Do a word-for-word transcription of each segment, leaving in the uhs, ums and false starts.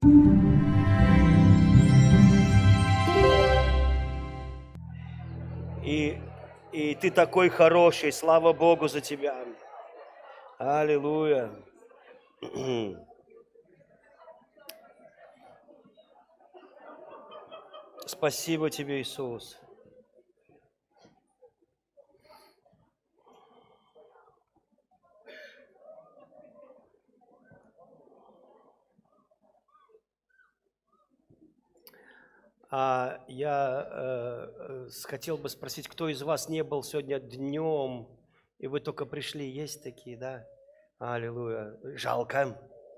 И, и ты такой хороший, слава Богу за тебя. Аллилуйя. Спасибо тебе, Иисус. А я э, хотел бы спросить, кто из вас не был сегодня днем, и вы только пришли, есть такие, да? Аллилуйя. Жалко.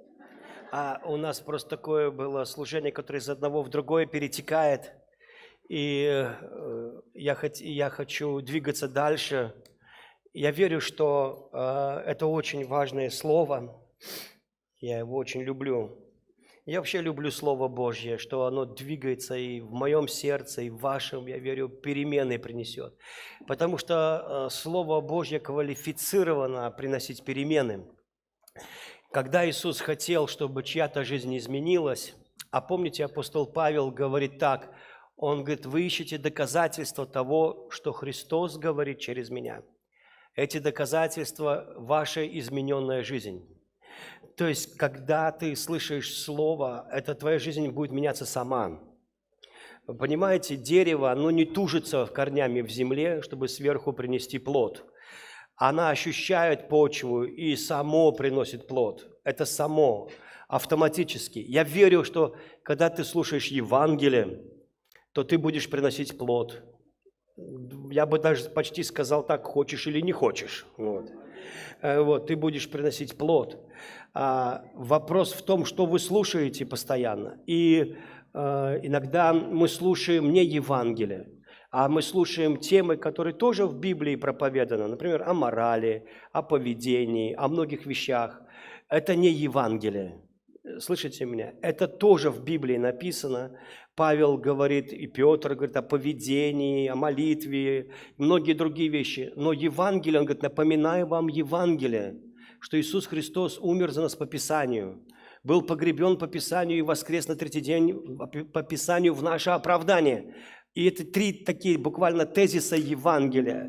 А у нас просто такое было служение, которое из одного в другое перетекает. И э, я, хот, я хочу двигаться дальше. Я верю, что э, это очень важное слово. Я его очень люблю. Я вообще люблю Слово Божье, что оно двигается и в моем сердце, и в вашем, я верю, перемены принесет. Потому что Слово Божье квалифицировано приносить перемены. Когда Иисус хотел, чтобы чья-то жизнь изменилась, а помните, апостол Павел говорит так, он говорит, вы ищете доказательства того, что Христос говорит через меня. Эти доказательства – ваша измененная жизнь. То есть, когда ты слышишь Слово, это твоя жизнь будет меняться сама. Вы понимаете, дерево, оно не тужится корнями в земле, чтобы сверху принести плод. Она ощущает почву и само приносит плод. Это само, автоматически. Я верю, что когда ты слушаешь Евангелие, то ты будешь приносить плод. Я бы даже почти сказал так, хочешь или не хочешь. Вот. Вот, ты будешь приносить плод. А, вопрос в том, что вы слушаете постоянно. И а, иногда мы слушаем не Евангелие, а мы слушаем темы, которые тоже в Библии проповеданы. Например, о морали, о поведении, о многих вещах. Это не Евангелие. Слышите меня? Это тоже в Библии написано. Павел говорит, и Петр говорит о поведении, о молитве, многие другие вещи. Но Евангелие, он говорит, напоминаю вам Евангелие, что Иисус Христос умер за нас по Писанию, был погребен по Писанию и воскрес на третий день по Писанию в наше оправдание. И это три такие буквально тезиса Евангелия.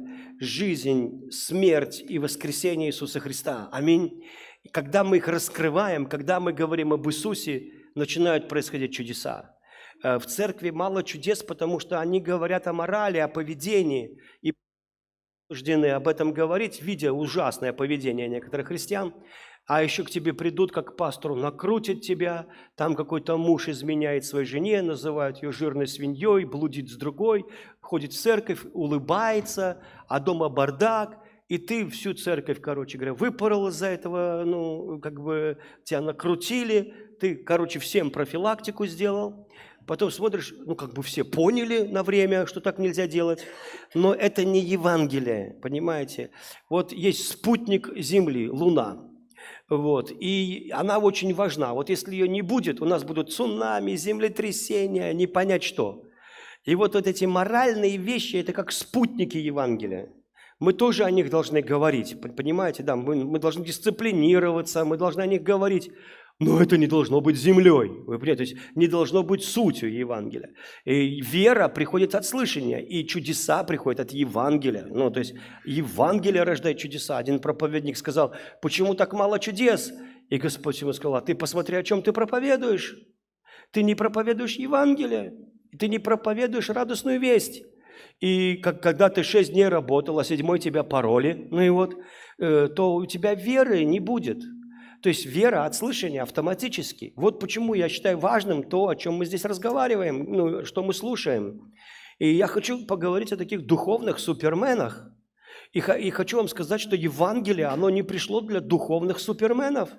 Жизнь, смерть и воскресение Иисуса Христа. Аминь. И когда мы их раскрываем, когда мы говорим об Иисусе, начинают происходить чудеса. В церкви мало чудес, потому что они говорят о морали, о поведении. И вынуждены об этом говорить, видя ужасное поведение некоторых христиан. А еще к тебе придут, как к пастору, накрутят тебя. Там какой-то муж изменяет своей жене, называют ее жирной свиньей, блудит с другой, ходит в церковь, улыбается, а дома бардак. И ты всю церковь, короче говоря, выпорол из-за этого, ну, как бы тебя накрутили. Ты, короче, всем профилактику сделал. Потом смотришь, ну, как бы все поняли на время, что так нельзя делать. Но это не Евангелие, понимаете? Вот есть спутник Земли, Луна. Вот, и она очень важна. Вот если ее не будет, у нас будут цунами, землетрясения, не понять что. И вот, вот эти моральные вещи, это как спутники Евангелия. Мы тоже о них должны говорить, понимаете? Да, мы, мы должны дисциплинироваться, мы должны о них говорить. Но это не должно быть землей, вы понимаете, то есть не должно быть сутью Евангелия. И вера приходит от слышания, и чудеса приходят от Евангелия. Ну, то есть Евангелие рождает чудеса. Один проповедник сказал, почему так мало чудес? И Господь ему сказал, ты посмотри, о чем ты проповедуешь. Ты не проповедуешь Евангелие, ты не проповедуешь радостную весть. И как, когда ты шесть дней работал, а седьмой тебя пороли, ну и вот, э, то у тебя веры не будет. То есть вера от слышания автоматически. Вот почему я считаю важным то, о чем мы здесь разговариваем, ну, что мы слушаем. И я хочу поговорить о таких духовных суперменах. И, и хочу вам сказать, что Евангелие, оно не пришло для духовных суперменов.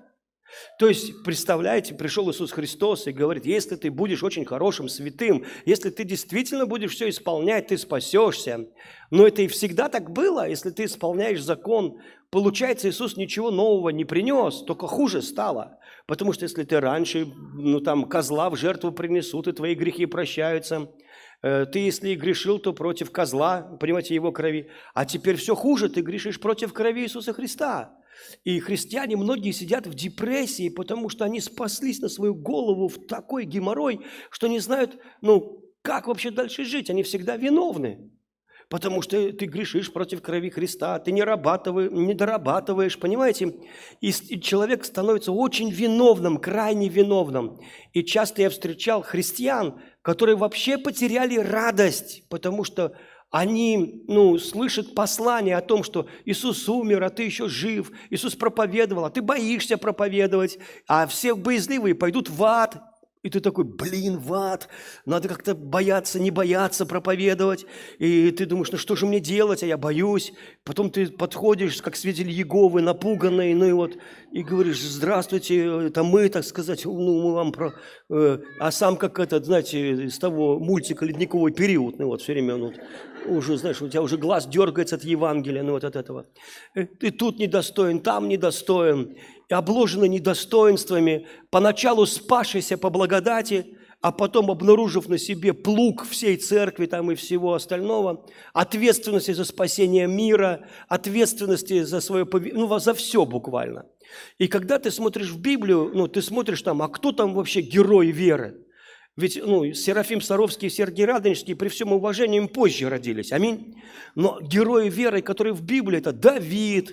То есть, представляете, пришел Иисус Христос и говорит, если ты будешь очень хорошим, святым, если ты действительно будешь все исполнять, ты спасешься. Но это и всегда так было, если ты исполняешь закон. Получается, Иисус ничего нового не принес, только хуже стало. Потому что если ты раньше, ну там, козла в жертву принесут, и твои грехи прощаются, ты, если и грешил, то против козла, понимаете, его крови. А теперь все хуже, ты грешишь против крови Иисуса Христа. И христиане многие сидят в депрессии, потому что они спаслись на свою голову в такой геморрой, что не знают, ну, как вообще дальше жить. Они всегда виновны. Потому что ты грешишь против крови Христа, ты не, не дорабатываешь, понимаете? И человек становится очень виновным, крайне виновным. И часто я встречал христиан, которые вообще потеряли радость, потому что они, ну, слышат послание о том, что Иисус умер, а ты еще жив, Иисус проповедовал, а ты боишься проповедовать, а все боязливые пойдут в ад. И ты такой, блин, в ад, надо как-то бояться, не бояться проповедовать. И ты думаешь, ну что же мне делать, а я боюсь. Потом ты подходишь, как свидетель Иеговы, напуганный, ну и вот, и говоришь, здравствуйте, это мы, так сказать, ну мы вам про... Э, а сам как этот, знаете, из того мультика «Ледниковый период», ну вот все время, ну, уже, знаешь, у тебя уже глаз дергается от Евангелия, ну вот от этого. Ты тут недостоин, там недостоин. И обложены недостоинствами, поначалу спасшийся по благодати, а потом обнаружив на себе плуг всей церкви там и всего остального, ответственности за спасение мира, ответственности за свое поведение, ну, за все буквально. И когда ты смотришь в Библию, ну, ты смотришь там, а кто там вообще герой веры? Ведь, ну, Серафим Саровский и Сергий Радонежский, при всем уважении, им позже родились, аминь. Но герои веры, которые в Библии, это Давид,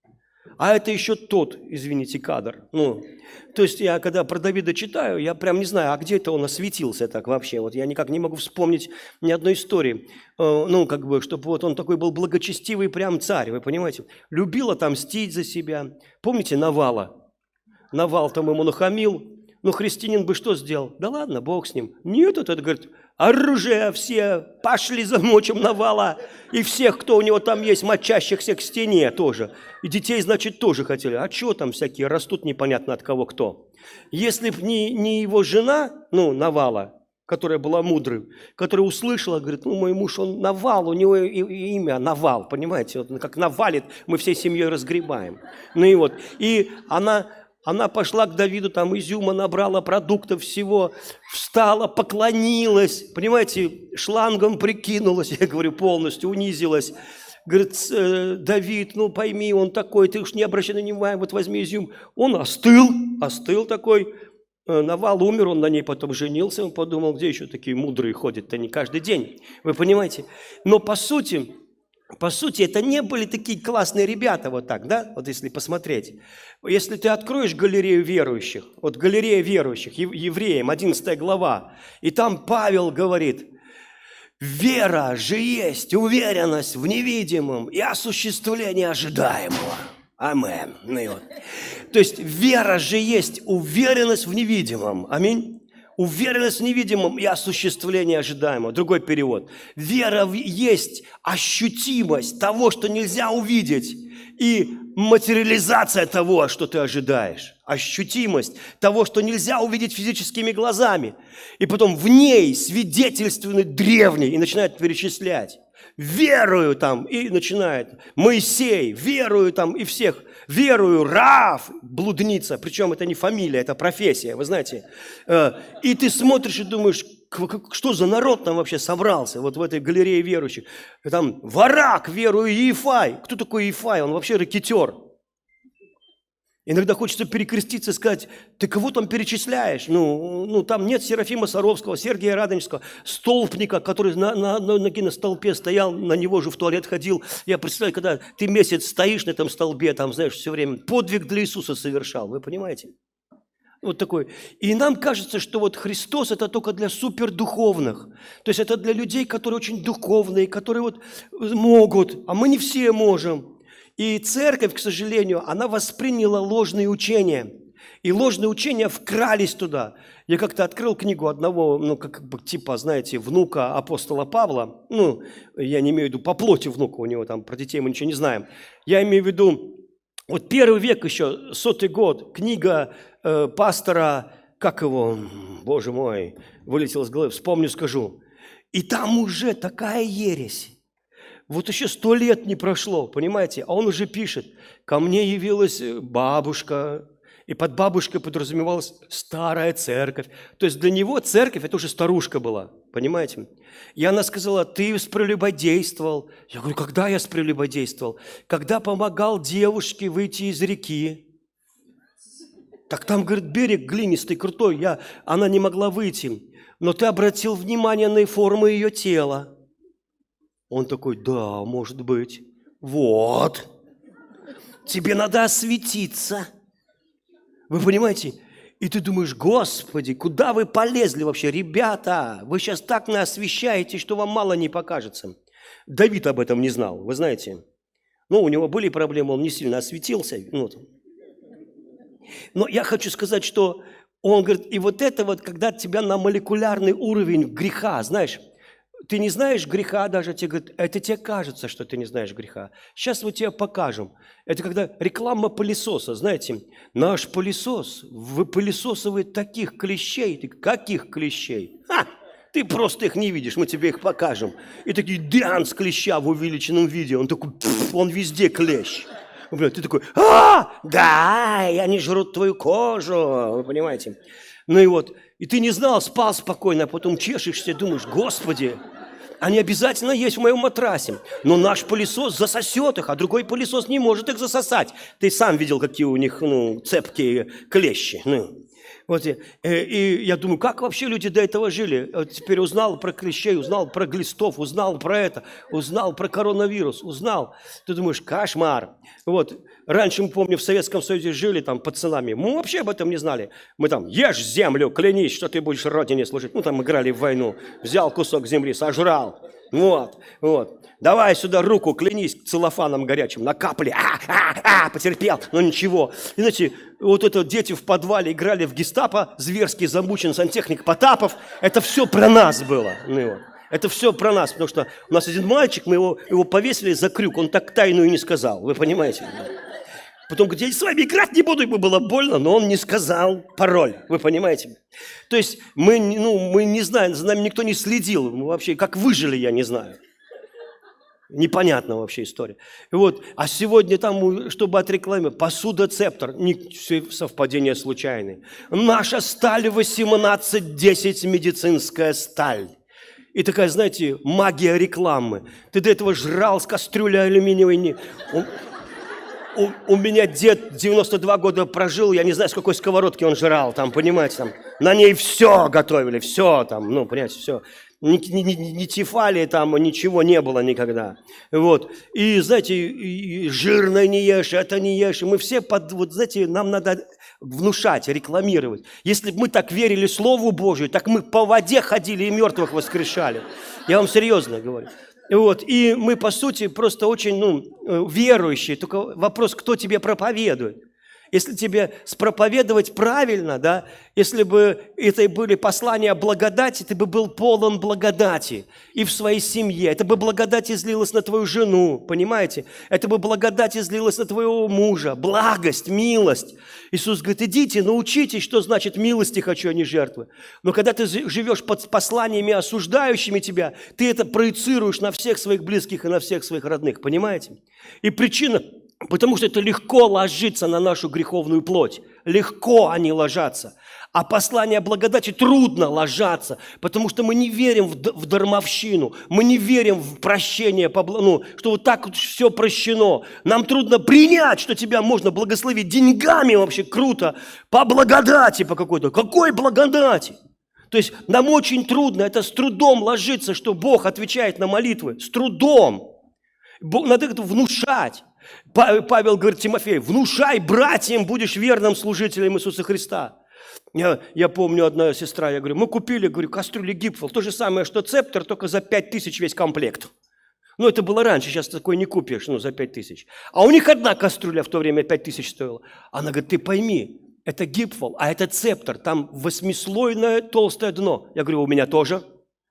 а это еще тот, извините, кадр. Ну, то есть я, когда про Давида читаю, я прям не знаю, а где это он осветился так вообще. Вот я никак не могу вспомнить ни одной истории. Ну, как бы, чтобы вот он такой был благочестивый прям царь, вы понимаете. Любил отомстить за себя. Помните Навала? Навал там ему нахамил. Ну, христианин бы что сделал? Да ладно, Бог с ним. Нет, это, говорит, оружие все, пошли замочим Навала. И всех, кто у него там есть, мочащихся к стене тоже. И детей, значит, тоже хотели. А что там всякие растут, непонятно от кого кто. Если бы не, не его жена, ну, Навала, которая была мудрой, которая услышала, говорит, ну, мой муж, он Навал, у него и, и имя Навал, понимаете? Вот как навалит, мы всей семьей разгребаем. Ну и вот, и она... Она пошла к Давиду, там изюма набрала, продуктов всего, встала, поклонилась, понимаете, шлангом прикинулась, я говорю, полностью унизилась. Говорит, Давид, ну пойми, он такой, ты уж не обращай на него внимания, вот возьми изюм. Он остыл, остыл такой, Навал умер, он на ней потом женился, он подумал, где еще такие мудрые ходят-то не каждый день, вы понимаете. Но по сути... По сути, это не были такие классные ребята вот так, да, вот если посмотреть. Если ты откроешь галерею верующих, вот галерея верующих, евреям, одиннадцатая глава, и там Павел говорит, вера же есть уверенность в невидимом и осуществление ожидаемого. Аминь. Ну и вот. То есть вера же есть уверенность в невидимом. Аминь. Уверенность в невидимом и осуществление ожидаемого. Другой перевод. Вера есть ощутимость того, что нельзя увидеть, и материализация того, что ты ожидаешь. Ощутимость того, что нельзя увидеть физическими глазами. И потом в ней свидетельствует древний и начинает перечислять. Верую там, и начинает. Моисей, верую там, и всех. Верую, Раав, блудница, причем это не фамилия, это профессия, вы знаете. И ты смотришь и думаешь, что за народ там вообще собрался, вот в этой галерее верующих. Там Варак, верую, Иефай. Кто такой Иефай? Он вообще рэкетер. Иногда хочется перекреститься и сказать, ты кого там перечисляешь? Ну, ну там нет Серафима Саровского, Сергия Радонежского, столпника, который на, на одной ноге на столпе стоял, на него же в туалет ходил. Я представляю, когда ты месяц стоишь на этом столбе, там, знаешь, все время подвиг для Иисуса совершал, вы понимаете? Вот такой. И нам кажется, что вот Христос – это только для супердуховных. То есть это для людей, которые очень духовные, которые вот могут, а мы не все можем. И церковь, к сожалению, она восприняла ложные учения. И ложные учения вкрались туда. Я как-то открыл книгу одного, ну, как бы, типа, знаете, внука апостола Павла. Ну, я не имею в виду по плоти внука, у него там про детей мы ничего не знаем. Я имею в виду, вот первый век еще, сотый год, книга э, пастора, как его, боже мой, вылетел из головы, вспомню, скажу. И там уже такая ересь. Вот еще сто лет не прошло, понимаете? А он уже пишет, ко мне явилась бабушка, И под бабушкой подразумевалась старая церковь. То есть для него церковь – это уже старушка была, понимаете? И она сказала: ты спрелюбодействовал. Я говорю: когда я спрелюбодействовал? Когда помогал девушке выйти из реки. Так там, говорит, берег глинистый, крутой, я, она не могла выйти. Но ты обратил внимание на форму ее тела. Он такой: да, может быть. Вот. Тебе надо осветиться. Вы понимаете? И ты думаешь: Господи, куда вы полезли вообще? Ребята, вы сейчас так наосвещаете, что вам мало не покажется. Давид об этом не знал, вы знаете. Ну, у него были проблемы, он не сильно осветился. Ну, но я хочу сказать, что он говорит, и вот это вот, когда тебя на молекулярный уровень греха, знаешь, ты не знаешь греха даже, тебе говорят, это тебе кажется, что ты не знаешь греха. Сейчас вот тебе покажем. Это когда реклама пылесоса, знаете, наш пылесос выпылесосывает таких клещей. Ты, каких клещей? Ха! Ты просто их не видишь, мы тебе их покажем. И такие дянс клеща в увеличенном виде. Он такой, пфф, он везде клещ. Блин, ты такой: а, да, и они жрут твою кожу, вы понимаете. Ну и вот, и ты не знал, спал спокойно, а потом чешешься, думаешь: Господи, они обязательно есть в моем матрасе. Но наш пылесос засосет их, а другой пылесос не может их засосать. Ты сам видел, какие у них, ну, цепкие клещи. Ну. Вот, и, и я думаю, как вообще люди до этого жили? Вот теперь узнал про клещей, узнал про глистов, узнал про это, узнал про коронавирус, узнал. Ты думаешь: кошмар. Вот. Раньше, мы, помню, в Советском Союзе жили там пацанами. Мы вообще об этом не знали. Мы там: ешь землю, клянись, что ты будешь родине служить. Ну, там играли в войну. Взял кусок земли, сожрал. Вот, вот. Давай сюда руку, клянись целлофаном горячим, на капли. А, а, а, потерпел, но ничего. И, знаете, вот это дети в подвале играли в гестапо, зверский замучен сантехник Потапов. Это все про нас было. Ну, вот. Это все про нас, потому что у нас один мальчик, мы его, его повесили за крюк, он так тайну и не сказал, вы понимаете? Потом говорит: я с вами играть не буду, ему было больно, но он не сказал пароль, вы понимаете? То есть мы, ну, мы не знаем, за нами никто не следил, мы вообще как выжили, я не знаю. Непонятна вообще история. И вот, а сегодня там, чтобы отрекламировать, посуда-цептор, не все совпадения случайные. Наша сталь восемнадцать десять, медицинская сталь. И такая, знаете, магия рекламы. Ты до этого жрал с кастрюли алюминиевой. Не... У, у, у меня дед девяносто два года прожил, я не знаю, с какой сковородки он жрал, там, понимаете, там, на ней все готовили, все там, ну, понимаете, все. Ни, ни, ни, ни тефали там, ничего не было никогда. Вот. И, знаете, и, и жирное не ешь, это не ешь. И мы все, под, вот, знаете, нам надо внушать, рекламировать. Если бы мы так верили Слову Божию, так мы по воде ходили и мертвых воскрешали. Я вам серьезно говорю. Вот. И мы, по сути, просто очень, ну, верующие. Только вопрос, кто тебе проповедует. Если тебе спроповедовать правильно, да, если бы это были послания благодати, ты бы был полон благодати и в своей семье. Это бы благодать излилась на твою жену, понимаете? Это бы благодать излилась на твоего мужа. Благость, милость. Иисус говорит: идите, научитесь, что значит милости хочу, а не жертвы. Но когда ты живешь под посланиями, осуждающими тебя, ты это проецируешь на всех своих близких и на всех своих родных, понимаете? И причина... Потому что это легко ложится на нашу греховную плоть. Легко они ложатся. А послание благодати трудно ложатся, потому что мы не верим в, в дармовщину, мы не верим в прощение, ну, что вот так вот все прощено. Нам трудно принять, что тебя можно благословить деньгами вообще круто, по благодати по какой-то. Какой благодати? То есть нам очень трудно, это с трудом ложится, что Бог отвечает на молитвы. С трудом. Надо это внушать. Павел говорит Тимофею: внушай братьям, будешь верным служителем Иисуса Христа. Я, я помню, одна сестра, я говорю, мы купили, говорю, кастрюли Гипфел, то же самое, что цептор, только за пять тысяч весь комплект. Ну, это было раньше, сейчас такой не купишь, ну, за пять тысяч. А у них одна каструля в то время пять тысяч стоила. Она говорит: ты пойми, это Гипфел, а это цептор, там восьмислойное толстое дно. Я говорю: у меня тоже.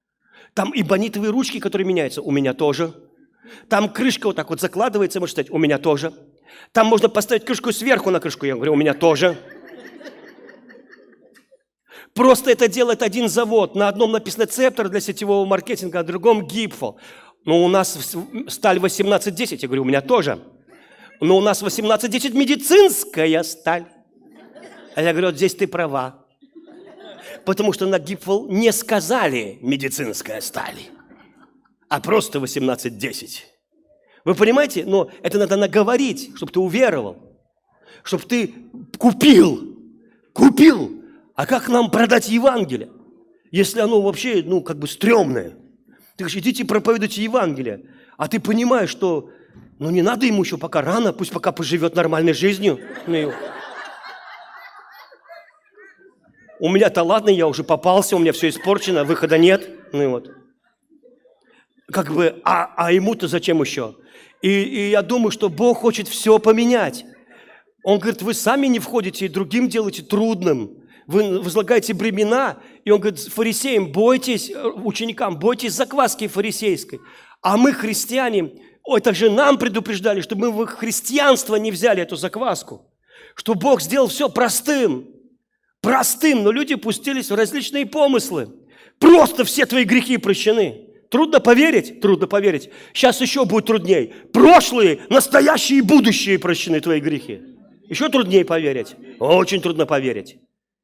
Там эбонитовые ручки, которые меняются, у меня тоже. Там крышка вот так вот закладывается, можно сказать, у меня тоже. Там можно поставить крышку сверху на крышку, я говорю: у меня тоже. Просто это делает один завод. На одном написано цептор для сетевого маркетинга, а на другом Гипфел. Но у нас сталь восемнадцать десять, я говорю: у меня тоже. Но у нас восемнадцать десять медицинская сталь. А я говорю, вот здесь ты права. Потому что на Гипфл не сказали медицинская сталь, а просто восемнадцать десять. Вы понимаете? Но это надо наговорить, чтобы ты уверовал. Чтобы ты купил. Купил. А как нам продать Евангелие, если оно вообще, ну, как бы стрёмное? Ты говоришь, идите проповедуйте Евангелие. А ты понимаешь, что, ну, не надо ему еще пока рано, пусть пока поживет нормальной жизнью. У меня-то ладно, я уже попался, у меня все испорчено, выхода нет. Ну и вот. Как бы, а, а ему-то зачем еще? И, и я думаю, что Бог хочет все поменять. Он говорит, вы сами не входите и другим делаете трудным. Вы возлагаете бремена. И он говорит, фарисеям, бойтесь, ученикам, бойтесь закваски фарисейской. А мы, христиане, о, это же нам предупреждали, чтобы мы в христианство не взяли эту закваску. Что Бог сделал все простым. Простым, но люди пустились в различные помыслы. Просто все твои грехи прощены. Трудно поверить? Трудно поверить. Сейчас еще будет труднее. Прошлые, настоящие и будущие прощены твои грехи. Еще труднее поверить. Очень трудно поверить.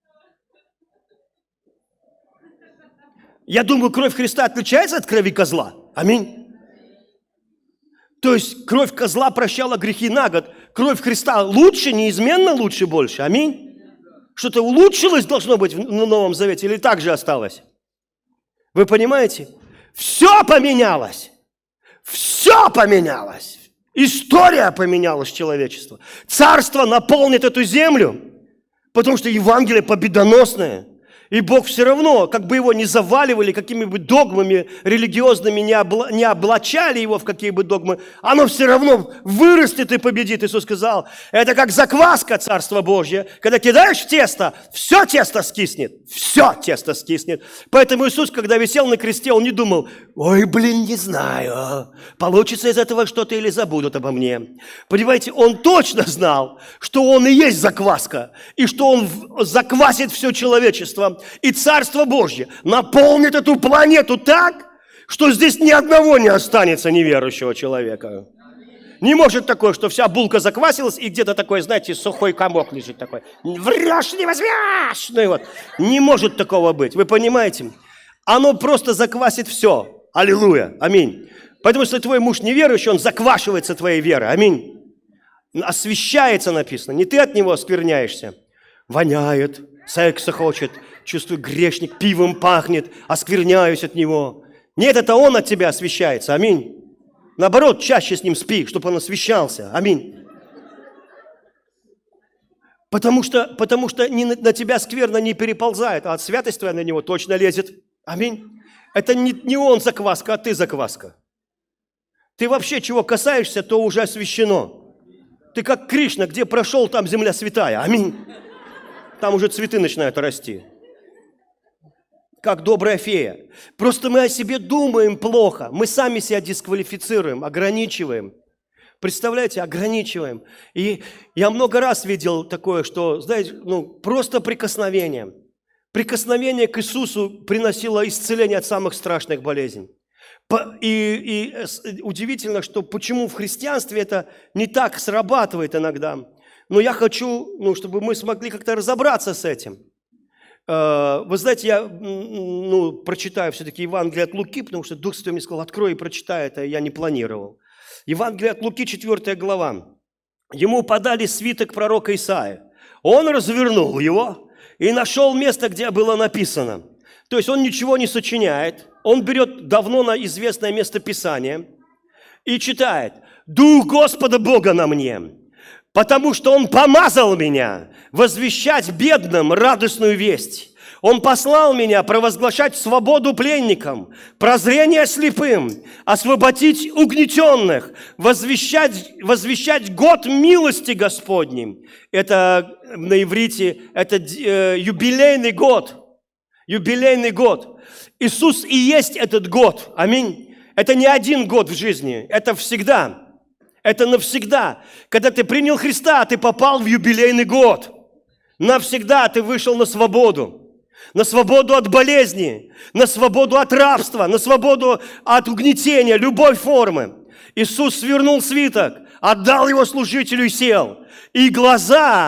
Я думаю, кровь Христа отличается от крови козла. Аминь. То есть кровь козла прощала грехи на год. Кровь Христа лучше, неизменно лучше больше. Аминь. Что-то улучшилось должно быть в Новом Завете или так же осталось? Вы понимаете? Все поменялось. Все поменялось. История поменялась человечества. Царство наполнит эту землю, потому что Евангелие победоносное. И Бог все равно, как бы его не заваливали, какими бы догмами религиозными не, обла- не облачали его в какие бы догмы, оно все равно вырастет и победит. Иисус сказал, это как закваска Царства Божье. Когда кидаешь в тесто, все тесто скиснет. Все тесто скиснет. Поэтому Иисус, когда висел на кресте, он не думал, ой, блин, не знаю, получится из этого что-то или забудут обо мне. Понимаете, он точно знал, что он и есть закваска, и что он заквасит все человечество. И Царство Божье наполнит эту планету так, что здесь ни одного не останется неверующего человека. Не может такое, что вся булка заквасилась, и где-то такой, знаете, сухой комок лежит такой. Врешь, не возьмешь! Ну и вот. Не может такого быть, вы понимаете? Оно просто заквасит все. Аллилуйя, аминь. Поэтому, если твой муж неверующий, он заквашивается твоей верой, аминь. Освящается написано, не ты от него оскверняешься. Воняет, секса хочет, чувствую, грешник, пивом пахнет, оскверняюсь от него. Нет, это он от тебя освящается, аминь. Наоборот, чаще с ним спи, чтобы он освящался, аминь. Потому что, потому что не на, на тебя скверно не переползает, а от святость твоя на него точно лезет, аминь. Это не, не он закваска, а ты закваска. Ты вообще чего касаешься, то уже освящено. Ты как Кришна, где прошел, там земля святая, аминь. Там уже цветы начинают расти. Как добрая фея. Просто мы о себе думаем плохо. Мы сами себя дисквалифицируем, ограничиваем. Представляете, ограничиваем. И я много раз видел такое, что, знаете, ну, просто прикосновение. Прикосновение к Иисусу приносило исцеление от самых страшных болезней. И, и удивительно, что почему в христианстве это не так срабатывает иногда. Но я хочу, ну, чтобы мы смогли как-то разобраться с этим. Вы знаете, я ну, прочитаю все-таки Евангелие от Луки, потому что Дух Святой мне сказал, открой и прочитай это, я не планировал. Евангелие от Луки, четвёртая глава. Ему подали свиток пророка Исаии. Он развернул его и нашел место, где было написано. То есть он ничего не сочиняет, он берет давно известное место Писания и читает. «Дух Господа Бога на мне, потому что Он помазал меня возвещать бедным радостную весть. Он послал меня провозглашать свободу пленникам, прозрение слепым, освободить угнетенных, возвещать, возвещать год милости Господней». Это на иврите, это э, юбилейный год. Юбилейный год. Иисус и есть этот год. Аминь. Это не один год в жизни, это всегда. Это навсегда. Когда ты принял Христа, ты попал в юбилейный год. Навсегда ты вышел на свободу. На свободу от болезни, на свободу от рабства, на свободу от угнетения, любой формы. Иисус свернул свиток, отдал его служителю и сел. И глаза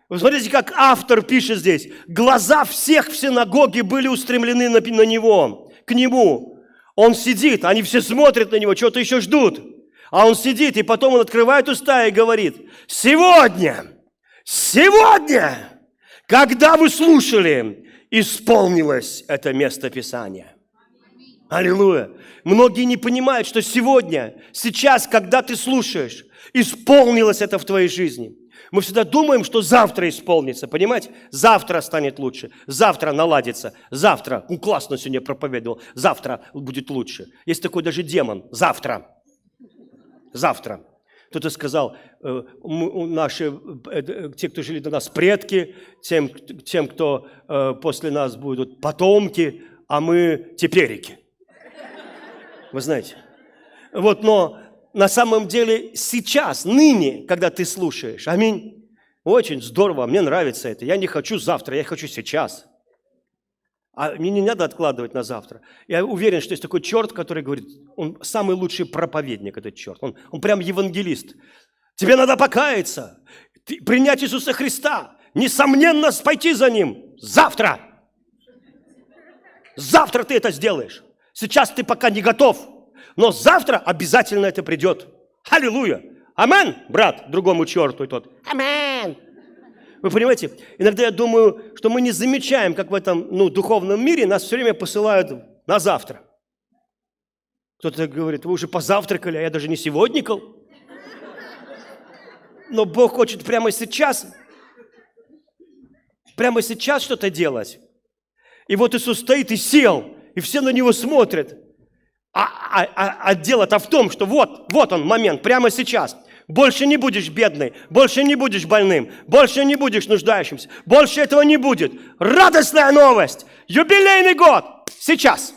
Вы смотрите, как автор пишет здесь. Глаза всех в синагоге были устремлены на, на него, к нему. Он сидит, они все смотрят на него, что-то еще ждут. А он сидит, и потом он открывает уста и говорит: сегодня, сегодня, когда вы слушали, исполнилось это место Писания. Аллилуйя. Многие не понимают, что сегодня, сейчас, когда ты слушаешь, исполнилось это в твоей жизни. Мы всегда думаем, что завтра исполнится, понимаете? Завтра станет лучше, завтра наладится, завтра, ну классно сегодня проповедовал, завтра будет лучше. Есть такой даже демон, завтра, завтра. Кто-то сказал, э, наши, э, те, кто жили до нас, предки, тем, тем кто э, после нас будут потомки, а мы теперики. Вы знаете. Вот, но на самом деле сейчас, ныне, когда ты слушаешь, аминь, очень здорово, мне нравится это. Я не хочу завтра, я хочу сейчас. А мне не надо откладывать на завтра. Я уверен, что есть такой черт, который говорит, он самый лучший проповедник, этот черт. Он, он прям евангелист. Тебе надо покаяться, принять Иисуса Христа, несомненно пойти за Ним завтра. Завтра ты это сделаешь. Сейчас ты пока не готов, но завтра обязательно это придет. Аллилуйя! Амен, брат, другому черту и тот. Амен! Вы понимаете, иногда я думаю, что мы не замечаем, как в этом ну, духовном мире нас все время посылают на завтра. Кто-то говорит, вы уже позавтракали, а я даже не сегоднякал. Но Бог хочет прямо сейчас, прямо сейчас что-то делать. И вот Иисус стоит и сел, и все на Него смотрят. А, а, а, а дело-то в том, что вот, вот он момент, прямо сейчас. Больше не будешь бедный, больше не будешь больным, больше не будешь нуждающимся, больше этого не будет. Радостная новость, юбилейный год, сейчас.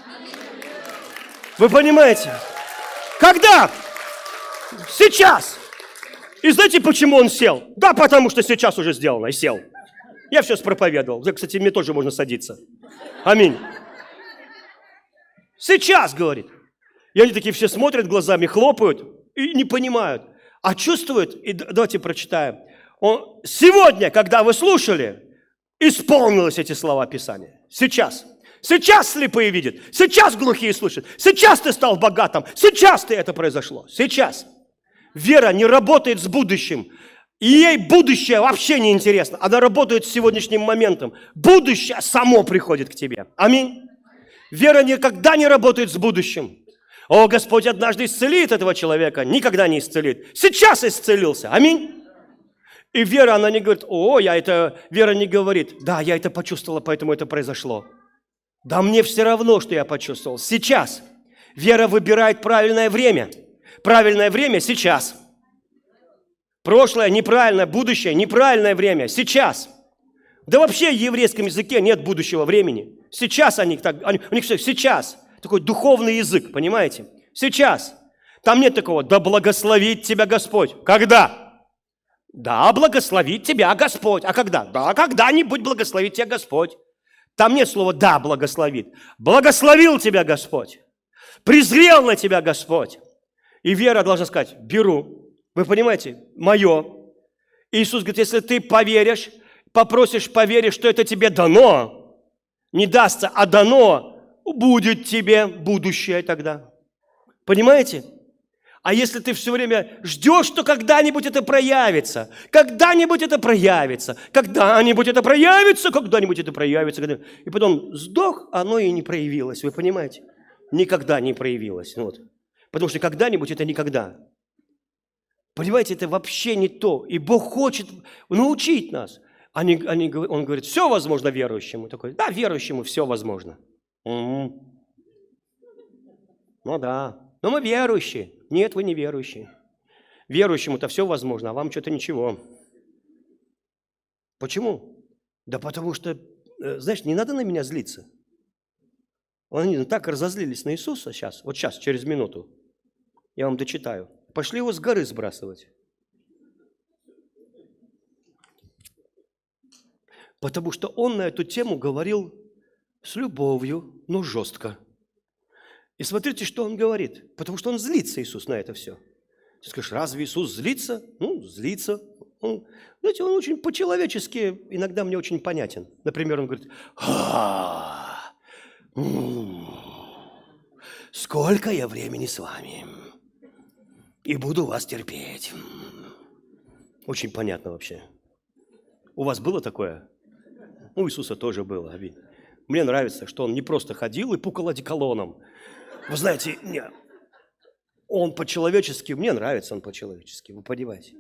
Вы понимаете? Когда? Сейчас. И знаете, почему он сел? Да, потому что сейчас уже сделано, и сел. Я все проповедовал. Кстати, мне тоже можно садиться. Аминь. Сейчас, говорит. И они такие все смотрят глазами, хлопают и не понимают. А чувствуют, и давайте прочитаем. Он, сегодня, когда вы слушали, исполнилось эти слова Писания. Сейчас. Сейчас слепые видят. Сейчас глухие слышат. Сейчас ты стал богатым. Сейчас ты это произошло. Сейчас. Вера не работает с будущим. И ей будущее вообще не интересно. Она работает с сегодняшним моментом. Будущее само приходит к тебе. Аминь. Вера никогда не работает с будущим. О, Господь однажды исцелит этого человека. Никогда не исцелит. Сейчас исцелился. Аминь. И вера, она не говорит, о, я это... Вера не говорит, да, я это почувствовала, поэтому это произошло. Да мне все равно, что я почувствовал. Сейчас. Вера выбирает правильное время. Правильное время сейчас. Прошлое неправильное, будущее неправильное время. Сейчас. Да вообще в еврейском языке нет будущего времени. Сейчас они так, они, у них все сейчас. Такой духовный язык, понимаете? Сейчас. Там нет такого, да благословит тебя Господь. Когда? Да, благословит тебя Господь. А когда? Да, когда-нибудь благословит тебя Господь. Там нет слова «да, благословит». Благословил тебя Господь. Презрел на тебя Господь. И вера должна сказать, беру. Вы понимаете? Мое. Иисус говорит, если ты поверишь, попросишь, поверишь, что это тебе дано, не дастся, а дано, будет тебе будущее тогда. Понимаете? А если ты все время ждешь, что когда-нибудь это проявится, когда-нибудь это проявится, когда-нибудь это проявится, когда-нибудь это проявится, когда... и потом сдох, оно и не проявилось, вы понимаете? Никогда не проявилось. Вот. Потому что когда-нибудь это никогда. Понимаете, это вообще не то. И Бог хочет научить нас. Они, они, он говорит, все возможно верующему. Такой, да, верующему все возможно. Угу. Ну да, но мы верующие. Нет, вы не верующие. Верующему-то все возможно, а вам что-то ничего. Почему? Да потому что, знаешь, не надо на меня злиться. Они так разозлились на Иисуса сейчас, вот сейчас, через минуту. Я вам дочитаю. Пошли его с горы сбрасывать. Потому что он на эту тему говорил с любовью, но жестко. И смотрите, что он говорит. Потому что он злится, Иисус, на это все. Ты скажешь, разве Иисус злится? Ну, злится. Он, знаете, он очень по-человечески иногда мне очень понятен. Например, он говорит, «А, м, сколько я времени с вами, и буду вас терпеть». Очень понятно вообще. У вас было такое? У Иисуса тоже было. Аминь. Мне нравится, что он не просто ходил и пукал одеколоном. Вы знаете, не, он по-человечески, мне нравится он по-человечески, вы понимаете.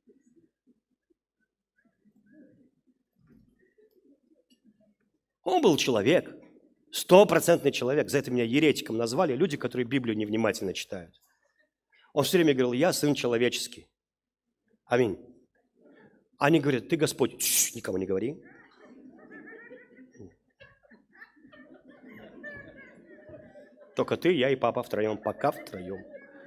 Он был человек, стопроцентный человек. За это меня еретиком назвали люди, которые Библию невнимательно читают. Он все время говорил, я сын человеческий. Аминь. Они говорят, ты Господь. Тш, никому не говори. Только ты, я и папа втроем, пока втроем.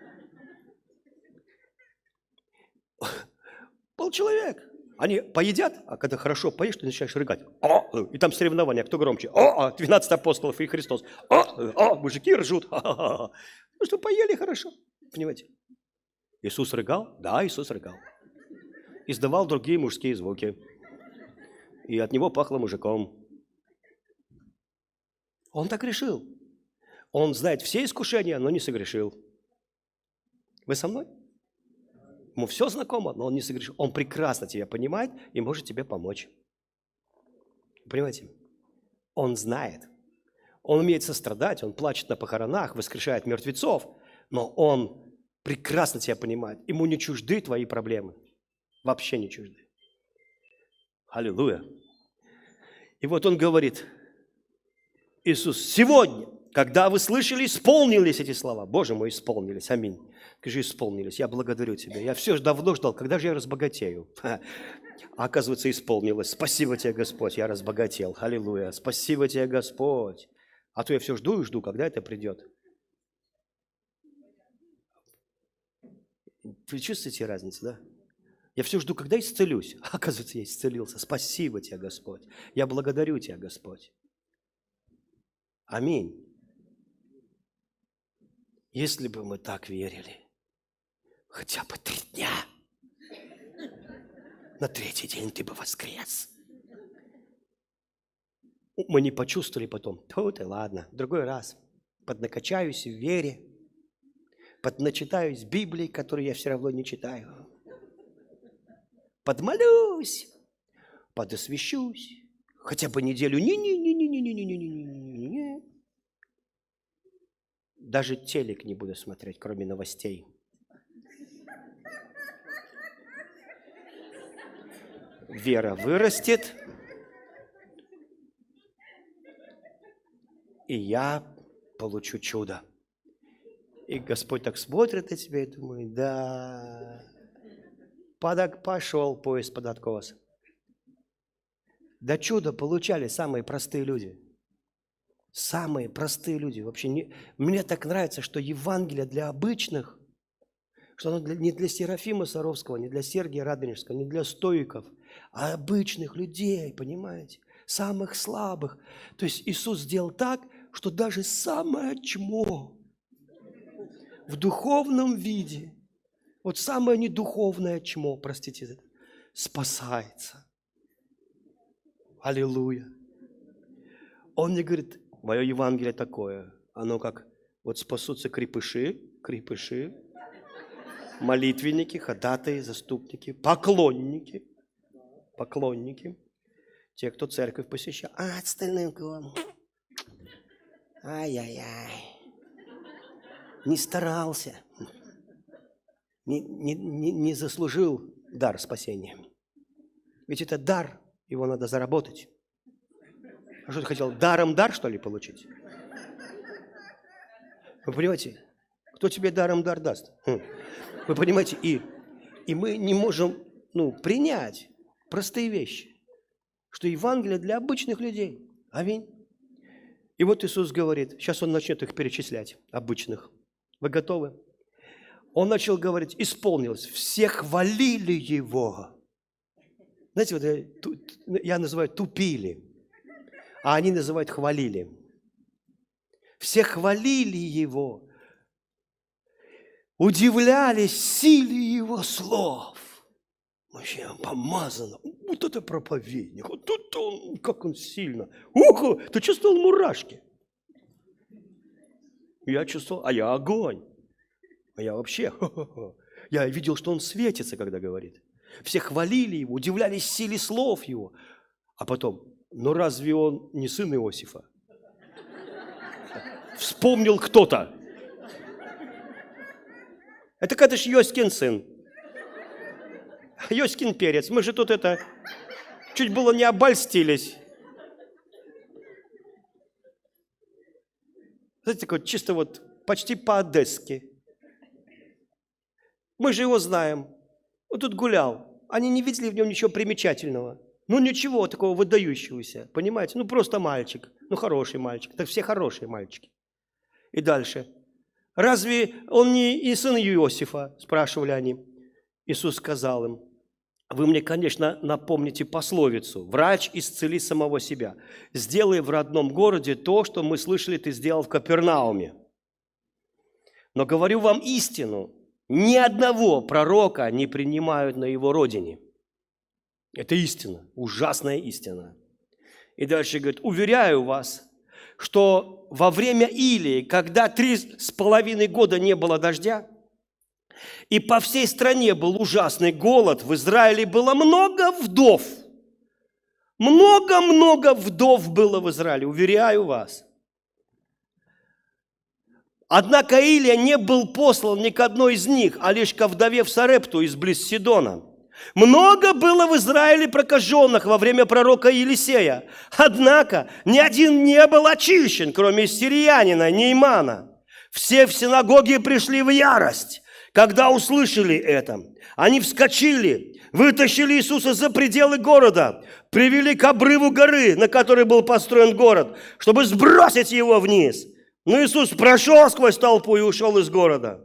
Был человек. Они поедят, а когда хорошо поешь, ты начинаешь рыгать. О! И там соревнования, кто громче. О, двенадцать апостолов и Христос. О, о, мужики ржут. Ну что, поели хорошо. Понимаете? Иисус рыгал? Да, Иисус рыгал. Издавал другие мужские звуки. И от него пахло мужиком. Он так решил. Он знает все искушения, но не согрешил. Вы со мной? Ему все знакомо, но он не согрешил. Он прекрасно тебя понимает и может тебе помочь. Понимаете? Он знает. Он умеет сострадать, он плачет на похоронах, воскрешает мертвецов, но он прекрасно тебя понимает. Ему не чужды твои проблемы. Вообще не чужды. Аллилуйя. И вот он говорит, Иисус, сегодня, когда вы слышали, исполнились эти слова. Боже мой, исполнились. Аминь. Скажи, исполнились. Я благодарю тебя. Я все же давно ждал, когда же я разбогатею. А оказывается, исполнилось. Спасибо тебе, Господь, я разбогател. Аллилуйя. Спасибо тебе, Господь. А то я все жду и жду, когда это придет. Вы чувствуете разницу, да? Я все жду, когда исцелюсь. А оказывается, я исцелился. Спасибо тебе, Господь. Я благодарю тебя, Господь. Аминь. Если бы мы так верили, хотя бы три дня, на третий день ты бы воскрес. Мы не почувствовали потом, тут и ладно, в другой раз. Поднакачаюсь в вере, подначитаюсь Библии, которую я все равно не читаю. Подмолюсь, подосвящусь, хотя бы неделю. Не-не-не-не-не-не-не-не-не-не-не. Даже телек не буду смотреть, кроме новостей. Вера вырастет, и я получу чудо. И Господь так смотрит на тебя и думает, да, подок пошел поезд под откос. Да чудо получали самые простые люди. Самые простые люди. Вообще не... Мне так нравится, что Евангелие для обычных, что оно для... не для Серафима Саровского, не для Сергия Радонежского, не для стоиков, а обычных людей, понимаете? Самых слабых. То есть Иисус сделал так, что даже самое чмо в духовном виде, вот самое недуховное чмо, простите, спасается. Аллилуйя. Он мне говорит, мое Евангелие такое, оно как, вот спасутся крепыши, крепыши, молитвенники, ходатаи, заступники, поклонники, поклонники, те, кто церковь посещает. А остальным кого? Ай-яй-яй. Не старался, не, не, не, не заслужил дар спасения. Ведь это дар, его надо заработать. А что ты хотел, даром дар, что ли, получить? Вы понимаете, кто тебе даром дар даст? Вы понимаете, и, и мы не можем ну, принять простые вещи, что Евангелие для обычных людей. Аминь. И вот Иисус говорит, сейчас Он начнет их перечислять, обычных. Вы готовы? Он начал говорить, исполнилось, все хвалили Его. Знаете, вот я, я называю тупили, а они называют хвалили. Все хвалили Его, удивлялись силе Его слов. Вообще помазано. Вот это проповедник. Вот тут он, как он сильно. Ухо, ты чувствовал мурашки? Я чувствовал, а я огонь. А я вообще, хо-хо-хо. Я видел, что он светится, когда говорит. Все хвалили его, удивлялись силе слов его. А потом, ну разве он не сын Иосифа? Вспомнил кто-то. Это когда ж Йоськин сын. Йоськин перец. Мы же тут это чуть было не обольстились. Знаете, такой чисто вот почти по-одесски. Мы же его знаем. Он тут гулял. Они не видели в нем ничего примечательного. Ну ничего такого выдающегося. Понимаете? Ну просто мальчик. Ну хороший мальчик. Так все хорошие мальчики. И дальше. Разве он не и сын Иосифа? Спрашивали они. Иисус сказал им. Вы мне, конечно, напомните пословицу. Врач исцели самого себя. Сделай в родном городе то, что мы слышали, ты сделал в Капернауме. Но говорю вам истину. Ни одного пророка не принимают на его родине. Это истина, ужасная истина. И дальше говорит, уверяю вас, что во время Илии, когда три с половиной года не было дождя, и по всей стране был ужасный голод, в Израиле было много вдов. Много-много вдов было в Израиле, уверяю вас. Однако Илия не был послан ни к одной из них, а лишь ко вдове в Сарепту из близ Сидона. Много было в Израиле прокаженных во время пророка Елисея. Однако ни один не был очищен, кроме сириянина Неймана. Все в синагоге пришли в ярость, когда услышали это. Они вскочили, вытащили Иисуса за пределы города, привели к обрыву горы, на которой был построен город, чтобы сбросить его вниз. Но Иисус прошел сквозь толпу и ушел из города.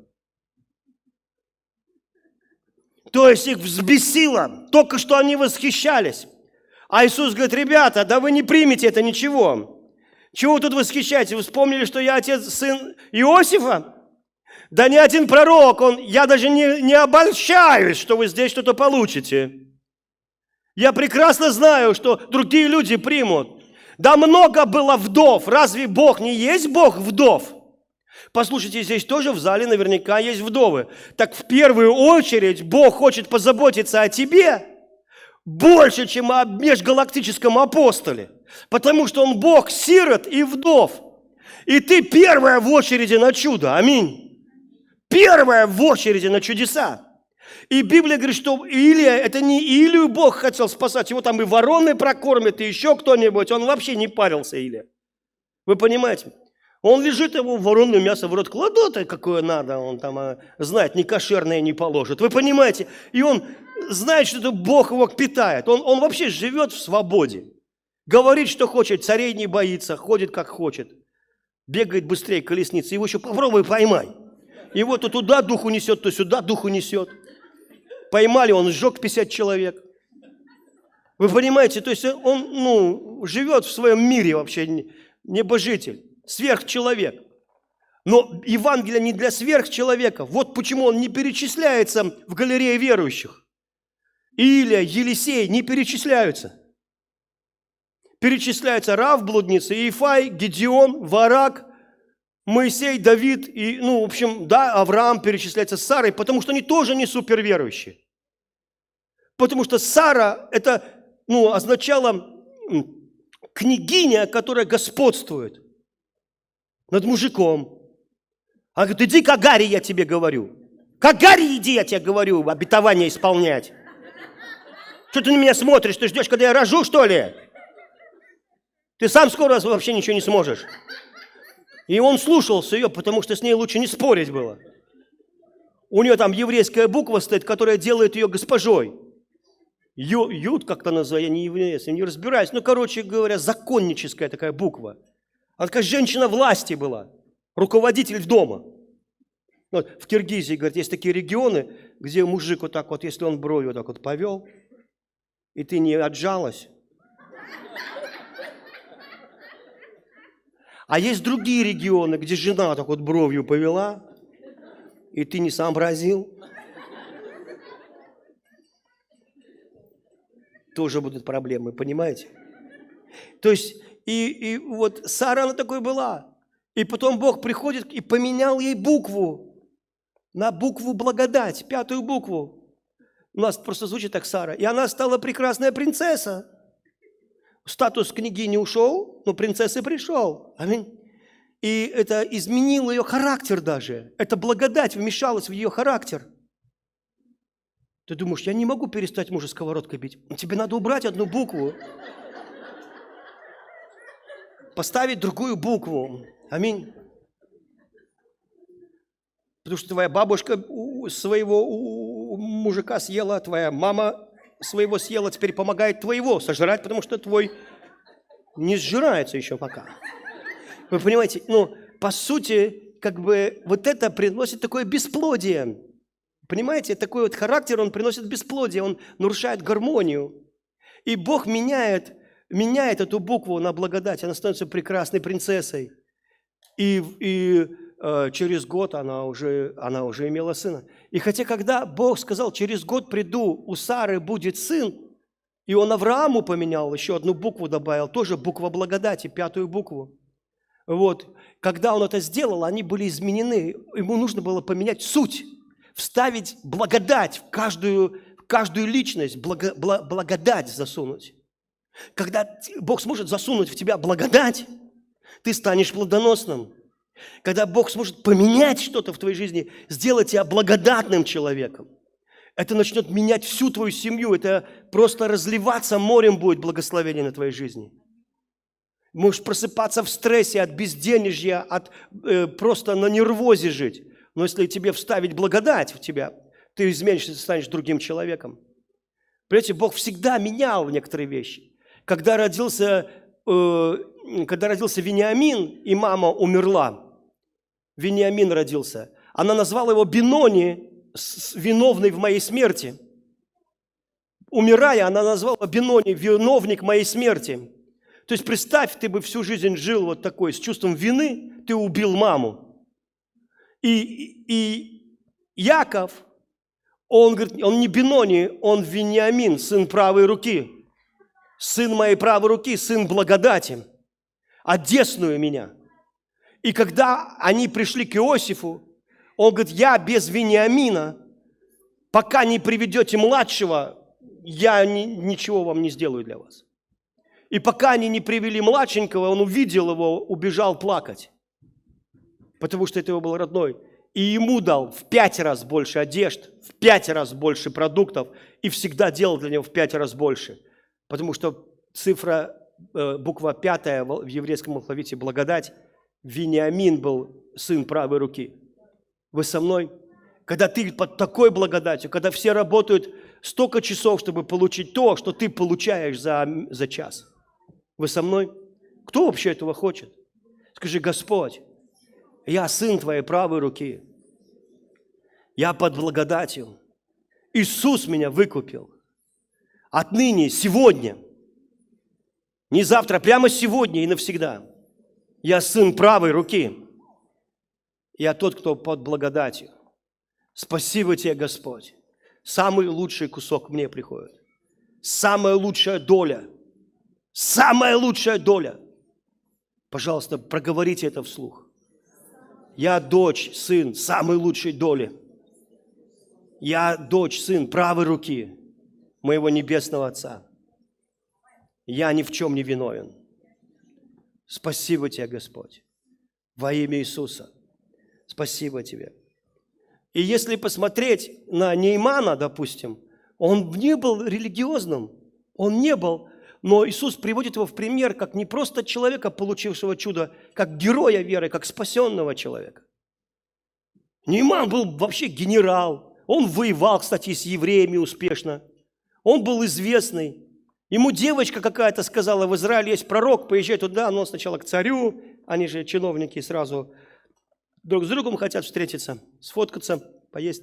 То есть их взбесило, только что они восхищались. А Иисус говорит, ребята, да вы не примете это ничего. Чего вы тут восхищаетесь? Вы вспомнили, что я отец, сын Иосифа? Да ни один пророк, он, я даже не, не обольщаюсь, что вы здесь что-то получите. Я прекрасно знаю, что другие люди примут. Да много было вдов. Разве Бог не есть Бог вдов? Послушайте, здесь тоже в зале наверняка есть вдовы. Так в первую очередь Бог хочет позаботиться о тебе больше, чем о межгалактическом апостоле. Потому что Он Бог сирот и вдов. И ты первая в очереди на чудо. Аминь. Первая в очереди на чудеса. И Библия говорит, что Илия, это не Илию Бог хотел спасать, его там и вороны прокормят, и еще кто-нибудь. Он вообще не парился, Илия. Вы понимаете? Он лежит, ему воронное мясо в рот кладут, какое надо, он там а, знает, не кошерное не положит. Вы понимаете? И он знает, что это Бог его питает. Он, он вообще живет в свободе. Говорит, что хочет, царей не боится, ходит как хочет. Бегает быстрее колесницы, его еще попробуй поймай. Его то туда духу несет, то сюда духу несет. Поймали, он сжег пятьдесят человек. Вы понимаете, то есть он ну, живет в своем мире вообще, небожитель, сверхчеловек. Но Евангелие не для сверхчеловека. Вот почему он не перечисляется в галерее верующих. Илия, Елисей не перечисляются. Перечисляются Рав, блудница, Иефай, Гедеон, Варак, Моисей, Давид, и, ну, в общем, да, Авраам перечисляется с Сарой, потому что они тоже не суперверующие. Потому что Сара, это, ну, означало княгиня, которая господствует над мужиком. Она говорит, иди к Агаре, я тебе говорю. К Агаре иди, я тебе говорю, обетование исполнять. Что ты на меня смотришь, ты ждешь, когда я рожу, что ли? Ты сам скоро вообще ничего не сможешь. И он слушался ее, потому что с ней лучше не спорить было. У нее там еврейская буква стоит, которая делает ее госпожой. Ю, Юд как-то называют, я не еврей, я не разбираюсь. Ну, короче говоря, законническая такая буква. Она такая женщина власти была, руководитель дома. Вот, в Киргизии, говорят, есть такие регионы, где мужик вот так вот, если он бровью вот так вот повел, и ты не отжалась. А есть другие регионы, где жена так вот бровью повела, и ты не сообразил. тоже будут проблемы, понимаете? То есть, и, и вот Сара, она такой была. И потом Бог приходит и поменял ей букву на букву благодать, пятую букву. У нас просто звучит так Сара. И она стала прекрасная принцесса. Статус княгини ушел, но принцессы пришел. Аминь. И это изменило ее характер даже. Эта благодать вмешалась в ее характер. Ты думаешь, я не могу перестать мужа сковородкой бить. Тебе надо убрать одну букву. Поставить другую букву. Аминь. Потому что твоя бабушка своего мужика съела, твоя мама своего съела, теперь помогает твоего сожрать, потому что твой не сжирается еще пока. Вы понимаете, ну, по сути, как бы вот это приносит такое бесплодие. Понимаете, такой вот характер, он приносит бесплодие, он нарушает гармонию. И Бог меняет, меняет эту букву на благодать, она становится прекрасной принцессой. И, и э, через год она уже, она уже имела сына. И хотя когда Бог сказал, через год приду, у Сары будет сын, и он Аврааму поменял, еще одну букву добавил, тоже буква благодати, пятую букву. Вот, когда он это сделал, они были изменены, ему нужно было поменять суть, вставить благодать в каждую, в каждую личность, благо, бла, благодать засунуть. Когда Бог сможет засунуть в тебя благодать, ты станешь плодоносным. Когда Бог сможет поменять что-то в твоей жизни, сделать тебя благодатным человеком, это начнет менять всю твою семью, это просто разливаться морем будет благословение на твоей жизни. Можешь просыпаться в стрессе от безденежья, от э, просто на нервозе жить. Но если тебе вставить благодать в тебя, ты изменишься, станешь другим человеком. Понимаете, Бог всегда менял некоторые вещи. Когда родился, э, когда родился Вениамин, и мама умерла, Вениамин родился, она назвала его Бенони, виновный в моей смерти. Умирая, она назвала Бенони, виновник моей смерти. То есть представь, ты бы всю жизнь жил вот такой, с чувством вины, ты убил маму. И, и Яков, он говорит, он не Бенони, он Вениамин, сын правой руки. Сын моей правой руки, сын благодати. Одесную меня. И когда они пришли к Иосифу, он говорит, я без Вениамина, пока не приведете младшего, я ни, ничего вам не сделаю для вас. И пока они не привели младшенького, он увидел его, убежал плакать. Потому что это его был родной. И ему дал в пять раз больше одежд, в пять раз больше продуктов, и всегда делал для него в пять раз больше. Потому что цифра, буква пятая в еврейском алфавите благодать, Вениамин был сын правой руки. Вы со мной? Когда ты под такой благодатью, когда все работают столько часов, чтобы получить то, что ты получаешь за, за час. Вы со мной? Кто вообще этого хочет? Скажи, Господь, я сын Твоей правой руки. Я под благодатью. Иисус меня выкупил. Отныне, сегодня, не завтра, прямо сегодня и навсегда. Я сын правой руки. Я тот, кто под благодатью. Спасибо Тебе, Господь. Самый лучший кусок мне приходит. Самая лучшая доля. Самая лучшая доля. Пожалуйста, проговорите это вслух. Я дочь, сын самой лучшей доли. Я дочь, сын правой руки моего небесного Отца. Я ни в чем не виновен. Спасибо Тебе, Господь. Во имя Иисуса. Спасибо Тебе. И если посмотреть на Неймана, допустим, он не был религиозным, он не был, но Иисус приводит его в пример как не просто человека, получившего чудо, как героя веры, как спасенного человека. Нейман был вообще генерал, он воевал, кстати, с евреями успешно, он был известный. Ему девочка какая-то сказала, в Израиле есть пророк, поезжай туда, но он сначала к царю, они же чиновники сразу друг с другом хотят встретиться, сфоткаться, поесть.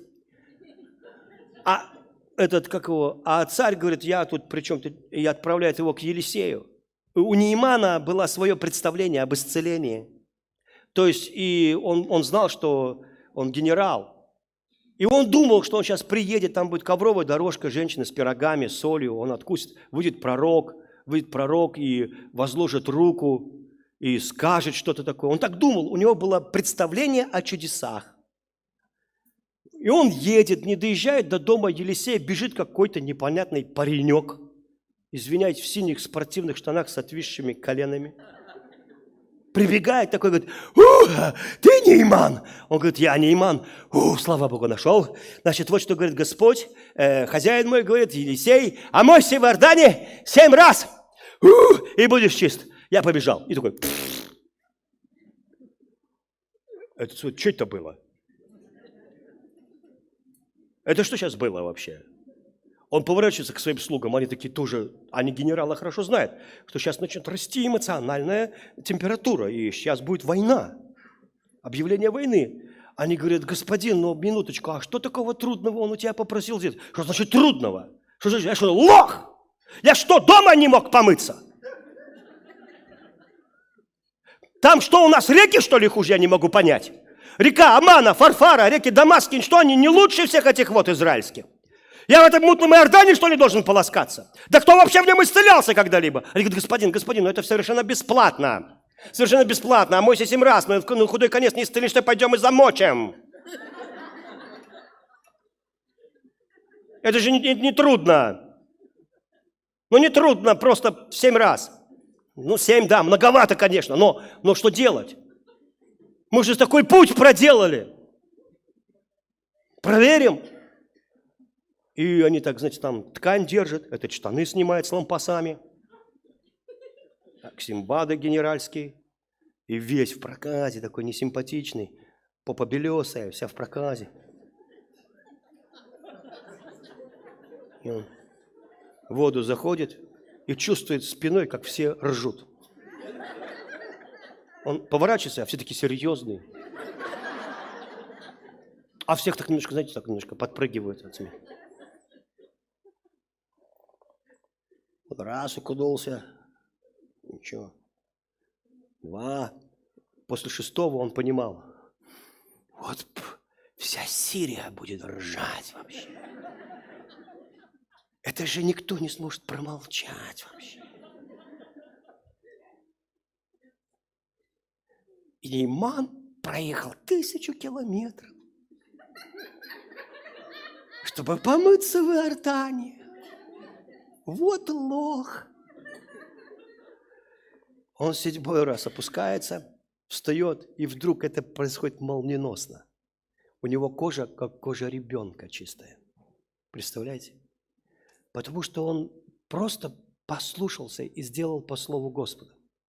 А этот, как его, а царь говорит, я тут при чем-то, и отправляет его к Елисею. У Неймана было свое представление об исцелении. То есть, и он, он знал, что он генерал. И он думал, что он сейчас приедет, там будет ковровая дорожка, женщина с пирогами, с солью, он откусит, выйдет пророк, выйдет пророк и возложит руку, и скажет что-то такое. Он так думал, у него было представление о чудесах. И он едет, не доезжает до дома Елисея, бежит какой-то непонятный паренек, извиняюсь, в синих спортивных штанах с отвисшими коленами. Прибегает такой, говорит, ты Нейман. Он говорит, я Нейман. У, слава Богу, нашел. Значит, вот что говорит Господь, э, хозяин мой, говорит, Елисей, омойся в Иордане семь раз, у, и будешь чист. Я побежал. И такой, это что это было? Это что сейчас было вообще? Он поворачивается к своим слугам, они такие тоже, они генералы хорошо знают, что сейчас начнет расти эмоциональная температура, и сейчас будет война, объявление войны. Они говорят, господин, ну минуточку, а что такого трудного он у тебя попросил сделать? Что значит трудного? Что значит, я что, лох? Я что, дома не мог помыться? Там что, у нас реки, что ли, хуже, я не могу понять? Река Амана, Фарфара, реки Дамаскин, что они не лучше всех этих вот израильских? Я в этом мутном Иордане, что ли, должен полоскаться? Да кто вообще в нем исцелялся когда-либо? Они говорят, господин, господин, ну это совершенно бесплатно. Совершенно бесплатно. Омойся семь раз, мы на худой конец не исцелишь, что пойдем и замочим. Это же не, не, не трудно. Ну не трудно, просто семь раз. Ну семь, да, многовато, конечно, но, но что делать? Мы же такой путь проделали. Проверим. И они так, знаете, там ткань держат, этот штаны снимает с лампасами. Так, симбады генеральские. И весь в проказе, такой несимпатичный. Попа белесая, вся в проказе. И он в воду заходит и чувствует спиной, как все ржут. Он поворачивается, а все такие серьезные. А всех так немножко, знаете, так немножко подпрыгивают от смеха. Вот раз укудулся. Ничего. Два. После шестого он понимал. Вот вся Сирия будет ржать вообще. Это же никто не сможет промолчать вообще. И Нейман проехал тысячу километров, чтобы помыться в Иордане. Вот лох. Он седьмой раз опускается, встает, и вдруг это происходит молниеносно. У него кожа, как кожа ребенка чистая. Представляете? Потому что он просто послушался и сделал по слову Господа.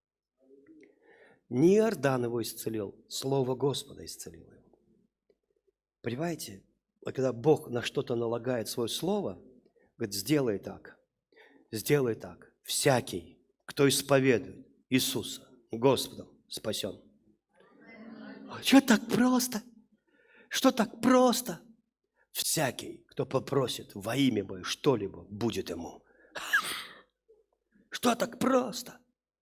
Не Иордан его исцелил, слово Господа исцелило его. Понимаете? А когда Бог на что-то налагает свое слово, говорит, сделай так, сделай так. Всякий, кто исповедует Иисуса Господом, спасен. А что так просто? Что так просто? Всякий, кто попросит во имя Мое что-либо, будет ему. Что так просто?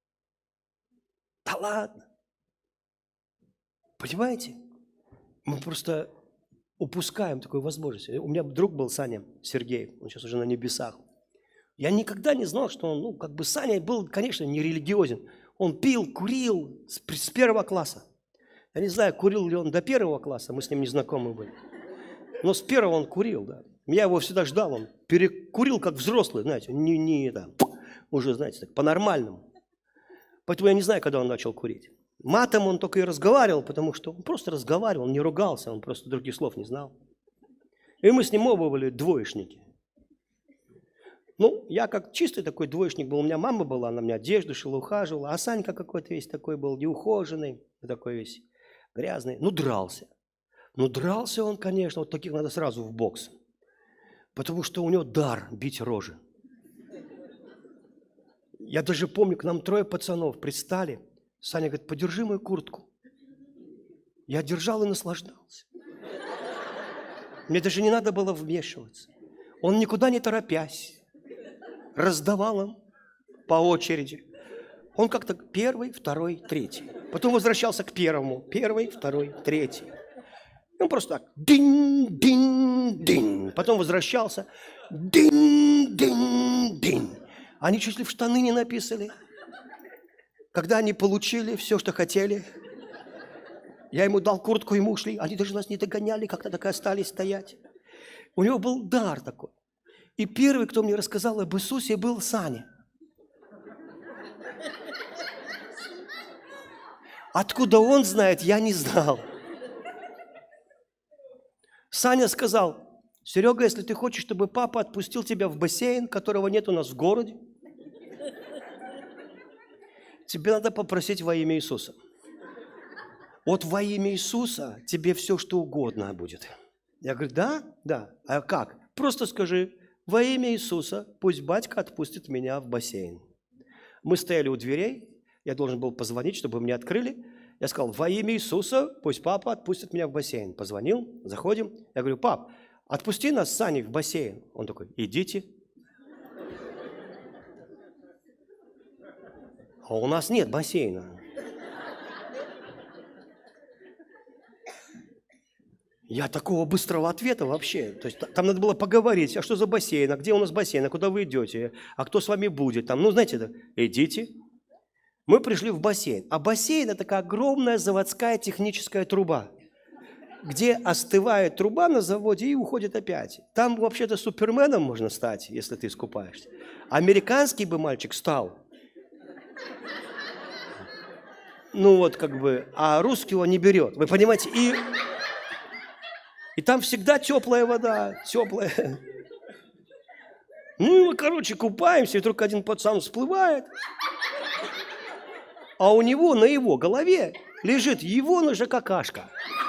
Да ладно. Понимаете? Мы просто упускаем такую возможность. У меня друг был Саня Сергеев, он сейчас уже на небесах. Я никогда не знал, что он, ну, как бы Саня был, конечно, не религиозен. Он пил, курил с, с первого класса. Я не знаю, курил ли он до первого класса, мы с ним не знакомы были. Но с первого он курил, да. Я его всегда ждал, он перекурил как взрослый, знаете, не, не это, уже, знаете, так, по-нормальному. Поэтому я не знаю, когда он начал курить. Матом он только и разговаривал, потому что он просто разговаривал, он не ругался, он просто других слов не знал. И мы с ним оба были двоечники. Ну, я как чистый такой двоечник был, у меня мама была, она мне одежду шила, ухаживала, а Санька какой-то весь такой был, неухоженный, такой весь грязный, ну, дрался. Ну, дрался он, конечно, вот таких надо сразу в бокс, потому что у него дар бить рожи. Я даже помню, к нам трое пацанов пристали. Саня говорит, подержи мою куртку. Я держал и наслаждался. Мне даже не надо было вмешиваться. Он никуда не торопясь раздавал им по очереди. Он как-то первый, второй, третий. Потом возвращался к первому. Первый, второй, третий. И он просто так, динь-динь-динь. Потом возвращался, динь-динь-динь. Они чуть ли в штаны не написали. Когда они получили все, что хотели, я ему дал куртку, и мы ушли. Они даже нас не догоняли, как-то так и остались стоять. У него был дар такой. И первый, кто мне рассказал об Иисусе, был Саня. Откуда он знает, я не знал. Саня сказал: Серега, если ты хочешь, чтобы папа отпустил тебя в бассейн, которого нет у нас в городе, тебе надо попросить во имя Иисуса. Вот во имя Иисуса тебе все, что угодно будет. Я говорю: да, да. А как? Просто скажи: во имя Иисуса пусть батька отпустит меня в бассейн. Мы стояли у дверей, я должен был позвонить, чтобы мне открыли. Я сказал: во имя Иисуса пусть папа отпустит меня в бассейн. Позвонил, заходим. Я говорю: пап, отпусти нас с Саней в бассейн. Он такой: идите. А у нас нет бассейна. Я такого быстрого ответа вообще. То есть там надо было поговорить: а что за бассейн, а где у нас бассейн, а куда вы идете, а кто с вами будет. Там, ну, знаете, это, идите. Мы пришли в бассейн. А бассейн – это такая огромная заводская техническая труба, где остывает труба на заводе и уходит опять. Там вообще-то суперменом можно стать, если ты искупаешься. Американский бы мальчик стал. Ну вот как бы, а русский его не берет. Вы понимаете? И, и там всегда теплая вода, теплая. Ну и мы, короче, купаемся, и вдруг один пацан всплывает. А у него на его голове лежит его же какашка.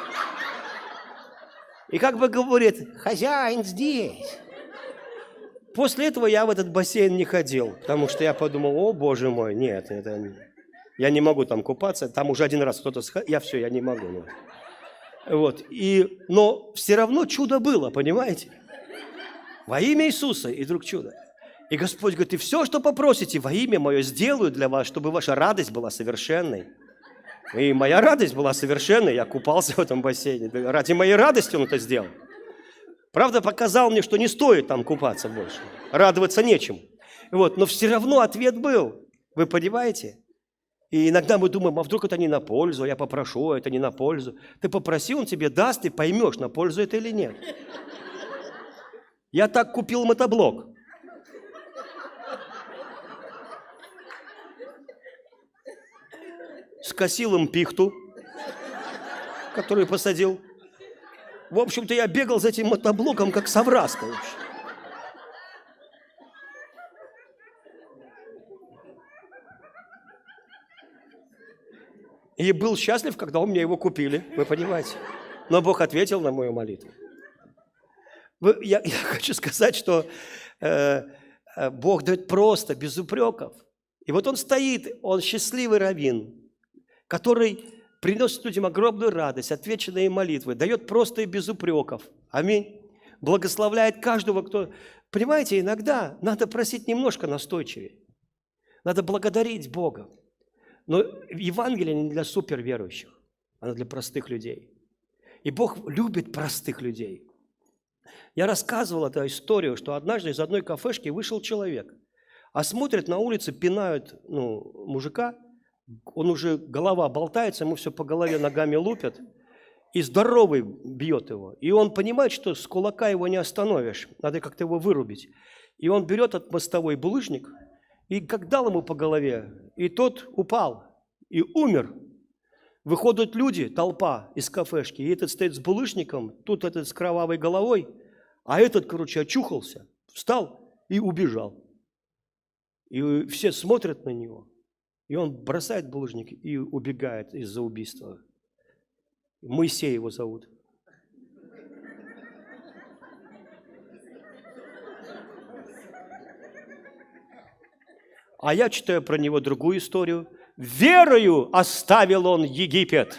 И как бы говорит: хозяин здесь. После этого я в этот бассейн не ходил, потому что я подумал: о, боже мой, нет, это... я не могу там купаться. Там уже один раз кто-то сходил, я все, я не могу. Ну. Вот. И... Но все равно чудо было, понимаете? Во имя Иисуса, и вдруг чудо. И Господь говорит: и все, что попросите во имя Мое, сделаю для вас, чтобы ваша радость была совершенной. И моя радость была совершенной, я купался в этом бассейне. Ради моей радости Он это сделал. Правда, показал мне, что не стоит там купаться больше. Радоваться нечем. Вот. Но все равно ответ был. Вы понимаете? И иногда мы думаем: а вдруг это не на пользу, а я попрошу, а это не на пользу. Ты попроси, Он тебе даст, и поймешь, на пользу это или нет. Я так купил мотоблок. Скосил им пихту, которую посадил. В общем-то, я бегал за этим мотоблоком, как совраска вообще. И был счастлив, когда у меня его купили, вы понимаете. Но Бог ответил на мою молитву. Вы, я, я хочу сказать, что э, э, Бог дает просто, без упреков. И вот он стоит, он счастливый раввин, который приносит людям огромную радость, отвеченные молитвы, дает просто и без упреков. Аминь. Благословляет каждого, кто... Понимаете, иногда надо просить немножко настойчивее. Надо благодарить Бога. Но Евангелие не для суперверующих, оно для простых людей. И Бог любит простых людей. Я рассказывал эту историю, что однажды из одной кафешки вышел человек, а смотрит, на улице пинают ну, мужика, он уже, голова болтается, ему все по голове ногами лупят, и здоровый бьет его. И он понимает, что с кулака его не остановишь, надо как-то его вырубить. И он берет от мостовой булыжник, и как дал ему по голове, и тот упал, и умер. Выходят люди, толпа из кафешки, и этот стоит с булыжником, тут этот с кровавой головой, а этот, короче, очухался, встал и убежал. И все смотрят на него. И он бросает булыжник и убегает из-за убийства. Моисей его зовут. А я читаю про него другую историю. Верою оставил он Египет.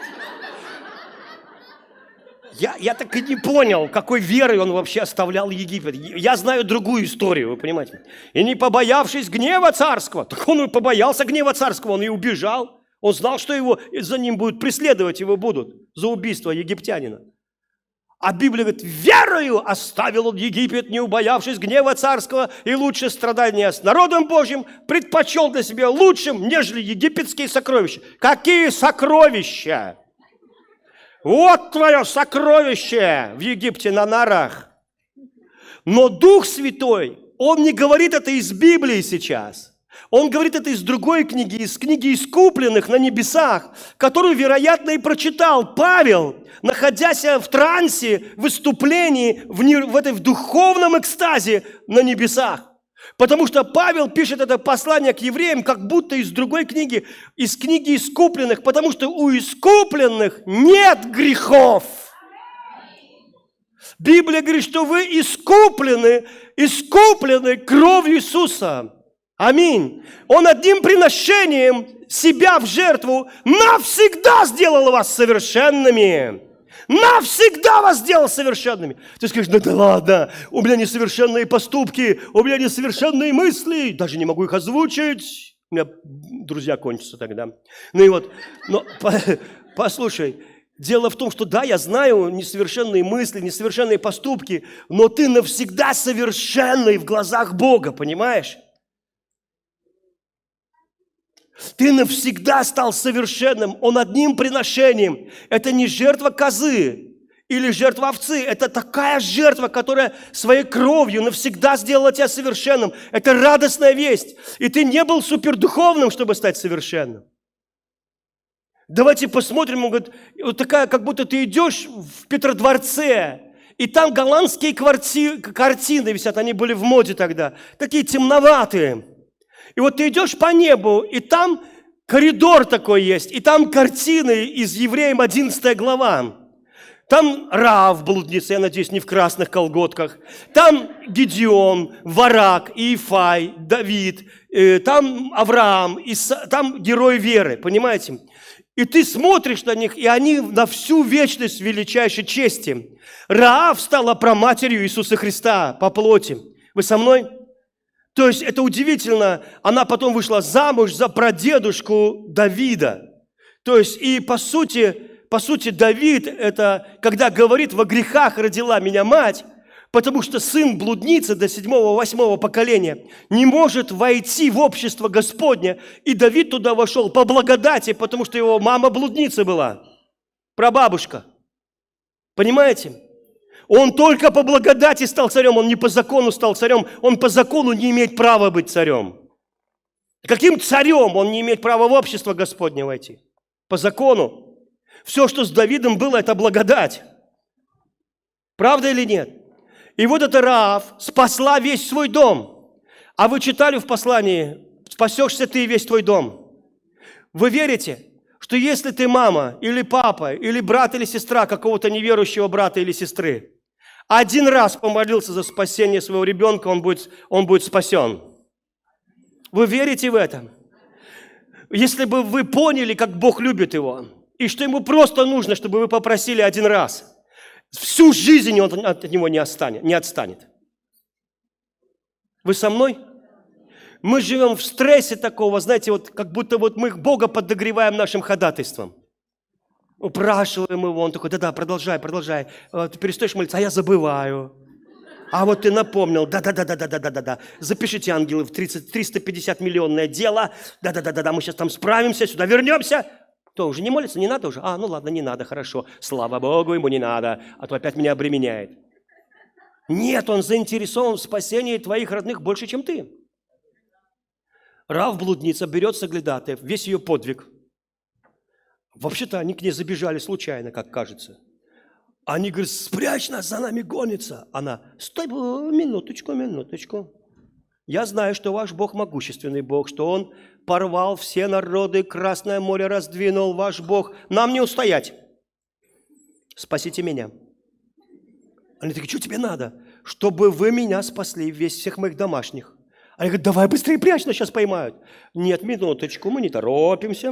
Я, я так и не понял, какой верой он вообще оставлял Египет. Я знаю другую историю, вы понимаете. И не побоявшись гнева царского, так он и побоялся гнева царского, он и убежал. Он знал, что его, за ним будут преследовать, его будут за убийство египтянина. А Библия говорит, верою оставил он Египет, не убоявшись гнева царского, и лучше страдания с народом Божьим предпочел для себя лучшим, нежели египетские сокровища. Какие сокровища? Вот твое сокровище в Египте на нарах. Но Дух Святой, Он не говорит это из Библии сейчас. Он говорит это из другой книги, из книги «Искупленных на небесах», которую, вероятно, и прочитал Павел, находясь в трансе, в выступлении, в, не, в этой в духовном экстазе на небесах. Потому что Павел пишет это послание к евреям, как будто из другой книги, из книги «Искупленных», потому что у искупленных нет грехов. Библия говорит, что вы искуплены, искуплены кровью Иисуса. Аминь. Он одним приношением себя в жертву навсегда сделал вас совершенными. Навсегда вас сделал совершенными. Ты скажешь, ну да ладно, у меня несовершенные поступки, у меня несовершенные мысли, даже не могу их озвучить. У меня друзья кончатся тогда. Ну и вот, но послушай, дело в том, что да, я знаю несовершенные мысли, несовершенные поступки, но ты навсегда совершенный в глазах Бога, понимаешь? Ты навсегда стал совершенным. Он одним приношением. Это не жертва козы или жертва овцы. Это такая жертва, которая своей кровью навсегда сделала тебя совершенным. Это радостная весть. И ты не был супердуховным, чтобы стать совершенным. Давайте посмотрим. Он говорит, вот такая, как будто ты идешь в Петродворце, и там голландские кварти... картины висят. Они были в моде тогда. Такие темноватые. И вот ты идешь по небу, и там коридор такой есть, и там картины из Евреям одиннадцатая глава. Там Раав, блудница, я надеюсь, не в красных колготках. Там Гедеон, Варак, Иефай, Давид, э, там Авраам, Иса, там герой веры, понимаете? И ты смотришь на них, и они на всю вечность в величайшей чести. Раав стала праматерью Иисуса Христа по плоти. Вы со мной? То есть это удивительно, она потом вышла замуж за прадедушку Давида. То есть и по сути, по сути Давид, это когда говорит, во грехах родила меня мать, потому что сын блудницы до седьмого-восьмого поколения не может войти в общество Господне. И Давид туда вошел по благодати, потому что его мама блудница была, прабабушка. Понимаете? Он только по благодати стал царем, он не по закону стал царем, он по закону не имеет права быть царем. Каким царем он не имеет права в общество Господне войти? По закону. Все, что с Давидом было, это благодать. Правда или нет? И вот эта Раав спасла весь свой дом. А вы читали в послании, спасешься ты и весь твой дом. Вы верите, что если ты мама или папа, или брат или сестра какого-то неверующего брата или сестры, один раз помолился за спасение своего ребенка, он будет, он будет спасен. Вы верите в это? Если бы вы поняли, как Бог любит его, и что ему просто нужно, чтобы вы попросили один раз, всю жизнь он от него не отстанет. Не отстанет. Вы со мной? Мы живем в стрессе такого, знаете, вот как будто вот мы Бога подогреваем нашим ходатайством. Упрашиваем его, он такой, да-да, продолжай, продолжай. Ты перестаешь молиться, а я забываю. А вот ты напомнил, да-да-да-да-да-да-да-да. Запишите, ангелы, в тридцать, триста пятьдесят миллионное дело. Да-да-да-да, мы сейчас там справимся, сюда вернемся. Кто, уже не молится? Не надо уже? А, ну ладно, не надо, хорошо. Слава Богу, ему не надо, а то опять меня обременяет. Нет, он заинтересован в спасении твоих родных больше, чем ты. Раав блудница берет соглядатаев, весь ее подвиг. Вообще-то они к ней забежали случайно, как кажется. Они говорят, спрячь нас, за нами гонится. Она, стой, минуточку, минуточку. Я знаю, что ваш Бог могущественный Бог, что Он порвал все народы, Красное море раздвинул, ваш Бог. Нам не устоять. Спасите меня. Они такие, что тебе надо? Чтобы вы меня спасли, весь всех моих домашних. Они говорят, давай быстрее прячь, нас сейчас поймают. Нет, минуточку, мы не торопимся.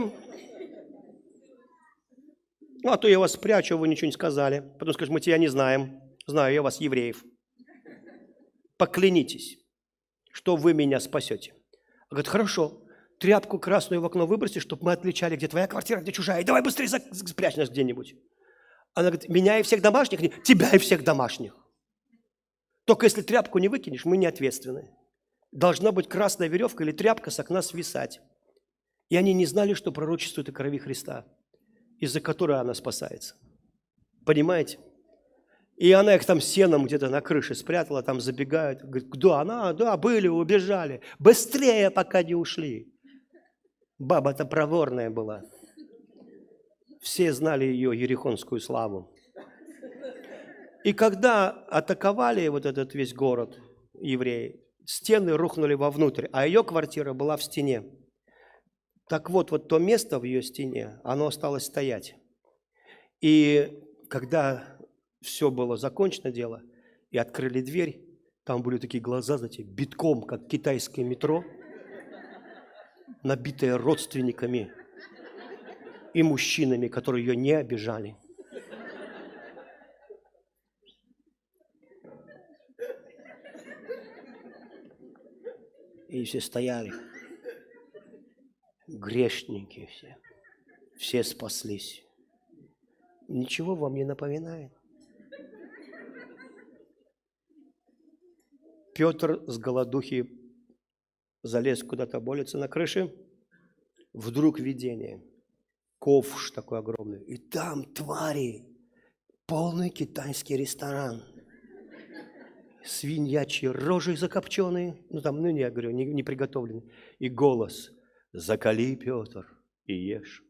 Ну, а то я вас спрячу, вы ничего не сказали. Потом скажешь, мы тебя не знаем. Знаю я вас, евреев. Поклянитесь, что вы меня спасете. Он говорит, хорошо, тряпку красную в окно выброси, чтобы мы отличали, где твоя квартира, где чужая. И давай быстрее спрячь нас где-нибудь. Она говорит, меня и всех домашних? Нет, тебя и всех домашних. Только если тряпку не выкинешь, мы не ответственны. Должна быть красная веревка или тряпка с окна свисать. И они не знали, что пророчествует о крови Христа, из-за которой она спасается. Понимаете? И она их там сеном где-то на крыше спрятала, там забегают. Говорит, да, она, да, были, убежали. Быстрее, пока не ушли. Баба-то проворная была. Все знали ее ерихонскую славу. И когда атаковали вот этот весь город, евреи, стены рухнули вовнутрь, а ее квартира была в стене. Так вот, вот то место в ее стене, оно осталось стоять. И когда все было закончено дело, и открыли дверь, там были такие глаза, знаете, битком, как китайское метро, набитое родственниками и мужчинами, которые ее не обижали. И все стояли, грешники все, все спаслись. Ничего вам не напоминает? Петр с голодухи залез куда-то молиться на крыше, вдруг видение, ковш такой огромный, и там твари, полный китайский ресторан, свиньячьи рожи закопченные, ну там, ну не, я говорю, не, не приготовленные, и голос, закали, Петр, и ешь.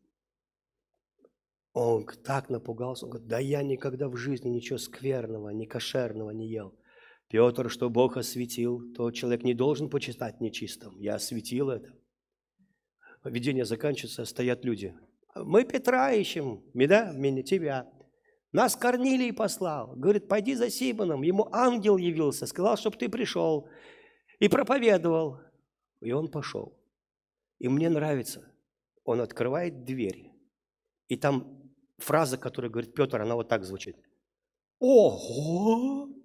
Он так напугался, он говорит, да я никогда в жизни ничего скверного, ни кошерного не ел. Петр, что Бог осветил, то человек не должен почитать нечистым. Я осветил это. Видение заканчивается, стоят люди. Мы Петра ищем, да, меня, тебя. Нас Корнилий послал. Говорит, пойди за Симоном. Ему ангел явился, сказал, чтобы ты пришел и проповедовал. И он пошел. И мне нравится, он открывает дверь. И там фраза, которую говорит Петр, она вот так звучит. Ого!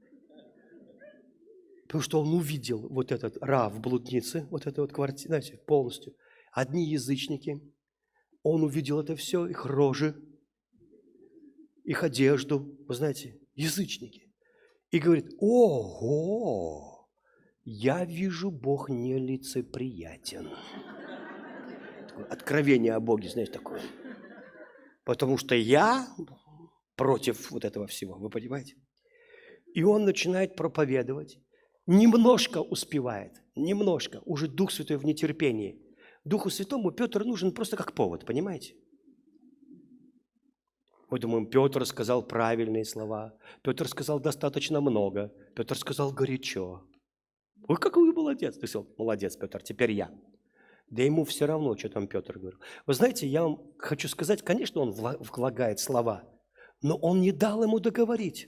Потому что он увидел вот этот рав блудницы, вот эту вот квартиру, знаете, полностью. Одни язычники. Он увидел это все, их рожи, их одежду, вы знаете, язычники. И говорит, ого, я вижу, Бог нелицеприятен. Такое откровение о Боге, знаете, такое. Потому что я против вот этого всего, вы понимаете? И он начинает проповедовать. Немножко успевает, немножко. Уже Дух Святой в нетерпении. Духу Святому Петр нужен просто как повод, понимаете? Мы думаем, Петр сказал правильные слова. Петр сказал достаточно много. Петр сказал горячо. Ой, какой вы молодец. Ты сказал, молодец, Петр, теперь я. Да ему все равно, что там Петр говорил. Вы знаете, я вам хочу сказать, конечно, он влагает слова, но он не дал ему договорить.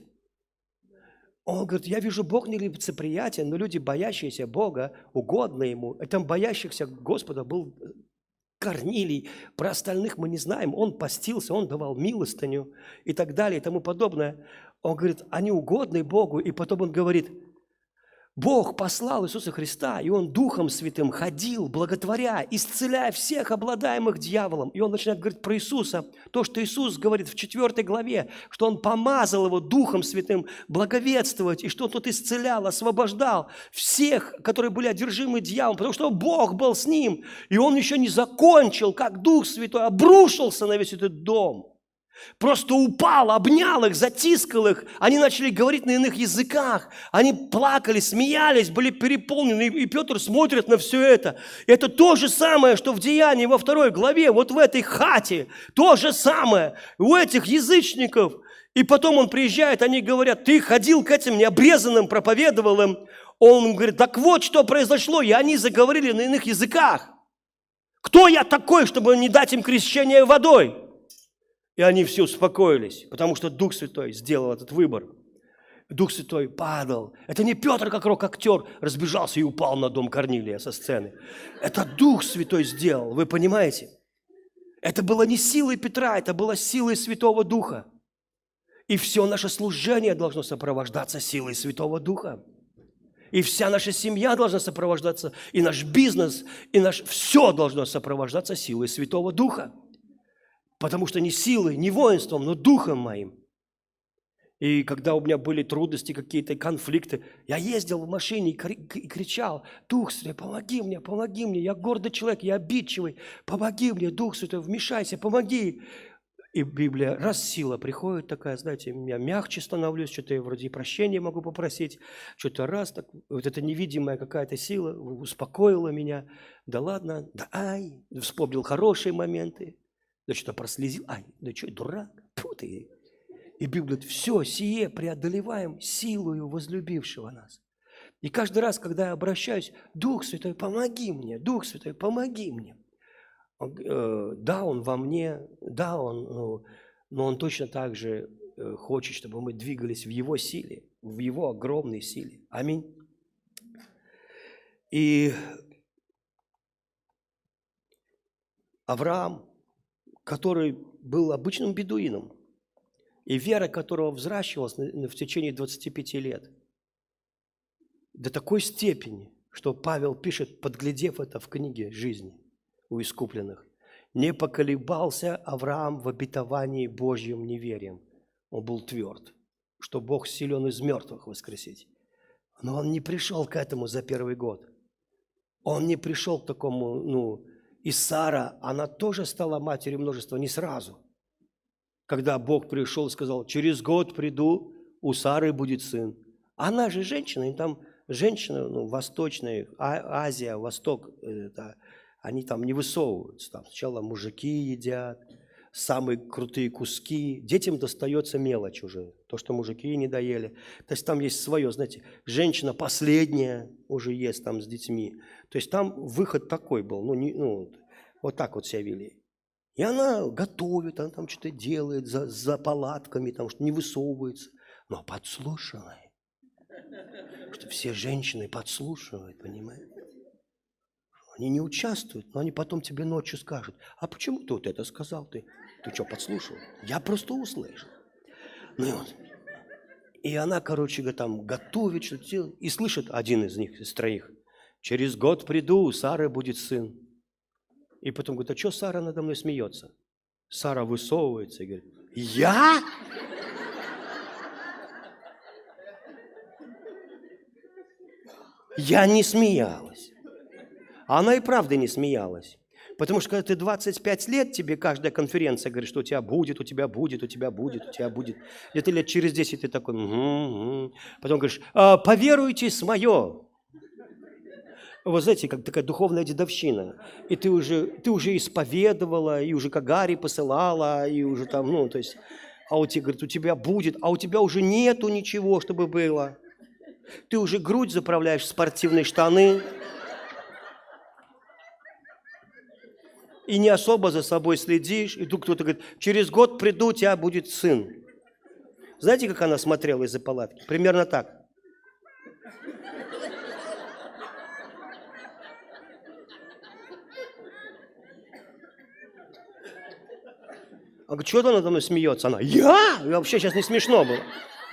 Он говорит, я вижу, Бог нелицеприятен, но люди, боящиеся Бога, угодно Ему. И там боящихся Господа был Корнилий. Про остальных мы не знаем. Он постился, он давал милостыню и так далее и тому подобное. Он говорит, они угодны Богу. И потом он говорит, Бог послал Иисуса Христа, и Он Духом Святым ходил, благотворя, исцеляя всех обладаемых дьяволом. И он начинает говорить про Иисуса. То, что Иисус говорит в четвертой главе, что Он помазал его Духом Святым благовествовать, и что тот исцелял, освобождал всех, которые были одержимы дьяволом, потому что Бог был с ним. И он еще не закончил, как Дух Святой обрушился на весь этот дом. Просто упал, обнял их, затискал их. Они начали говорить на иных языках. Они плакали, смеялись, были переполнены. И Петр смотрит на все это. Это то же самое, что в Деянии во второй главе, вот в этой хате. То же самое у этих язычников. И потом он приезжает, они говорят, ты ходил к этим необрезанным, проповедовал им. Он говорит, так вот, что произошло. И они заговорили на иных языках. Кто я такой, чтобы не дать им крещение водой? И они все успокоились, потому что Дух Святой сделал этот выбор. Дух Святой падал. Это не Петр, как рок-актер, разбежался и упал на дом Корнилия со сцены. Это Дух Святой сделал, вы понимаете? Это было не силой Петра, это было силой Святого Духа. И все наше служение должно сопровождаться силой Святого Духа. И вся наша семья должна сопровождаться, и наш бизнес, и наш... все должно сопровождаться силой Святого Духа. Потому что не силой, не воинством, но духом моим. И когда у меня были трудности, какие-то конфликты, я ездил в машине и кричал: Дух Святой, помоги мне, помоги мне, я гордый человек, я обидчивый, помоги мне, Дух Святой, вмешайся, помоги. И Библия, раз сила приходит такая, знаете, я мягче становлюсь, что-то я вроде прощения могу попросить, что-то раз, так, вот эта невидимая какая-то сила успокоила меня. Да ладно, да ай, вспомнил хорошие моменты, да что-то прослезил, ай, да что, дурак, фу ты. И Библия говорит: все сие преодолеваем силою возлюбившего нас. И каждый раз, когда я обращаюсь: Дух Святой, помоги мне, Дух Святой, помоги мне. Он, э, да, Он во мне, да, Он, ну, но Он точно так же э, хочет, чтобы мы двигались в Его силе, в Его огромной силе. Аминь. И Авраам, который был обычным бедуином, и вера которого взращивалась в течение двадцати пяти лет, до такой степени, что Павел пишет, подглядев это в книге жизни у искупленных: не поколебался Авраам в обетовании Божьим неверием. Он был тверд, что Бог силен из мертвых воскресить. Но он не пришел к этому за первый год. Он не пришел к такому, ну, и Сара, она тоже стала матерью множества не сразу. Когда Бог пришел и сказал: через год приду, у Сары будет сын. Она же женщина, и там женщины, ну, восточные, а, Азия, Восток, это, они там не высовываются. Там сначала мужики едят, самые крутые куски. Детям достается мелочь уже, то, что мужики не доели. То есть там есть свое, знаете, женщина последняя уже ест там с детьми. То есть там выход такой был, ну, не, ну вот так вот себя вели. И она готовит, она там что-то делает за, за палатками, там что не высовывается. Но подслушивает. Что все женщины подслушивают, понимаете? Они не участвуют, но они потом тебе ночью скажут: а почему ты вот это сказал? Ты, ты что, подслушал? Я просто услышал. Ну и вот. И она, короче, там готовит, что-то делает. И слышит один из них, из троих: через год приду, у Сары будет сын. И потом говорит: а что Сара надо мной смеется? Сара высовывается и говорит: я? Я не смеялась. А она и правда не смеялась. Потому что когда ты двадцать пять лет, тебе каждая конференция говорит, что у тебя будет, у тебя будет, у тебя будет, у тебя будет. Где-то лет через десять ты такой: угу, угу. Потом говоришь: а, поверуйтесь в мое. Вы знаете, как такая духовная дедовщина. И ты уже, ты уже исповедовала, и уже как Гарри посылала, и уже там, ну, то есть, а у тебя, говорит, у тебя будет, а у тебя уже нету ничего, чтобы было. Ты уже грудь заправляешь в спортивные штаны. И не особо за собой следишь. И тут кто-то говорит: через год приду, у тебя будет сын. Знаете, как она смотрела из-за палатки? Примерно так. А говорит: что она надо мной смеется? Она: я? И вообще сейчас не смешно было.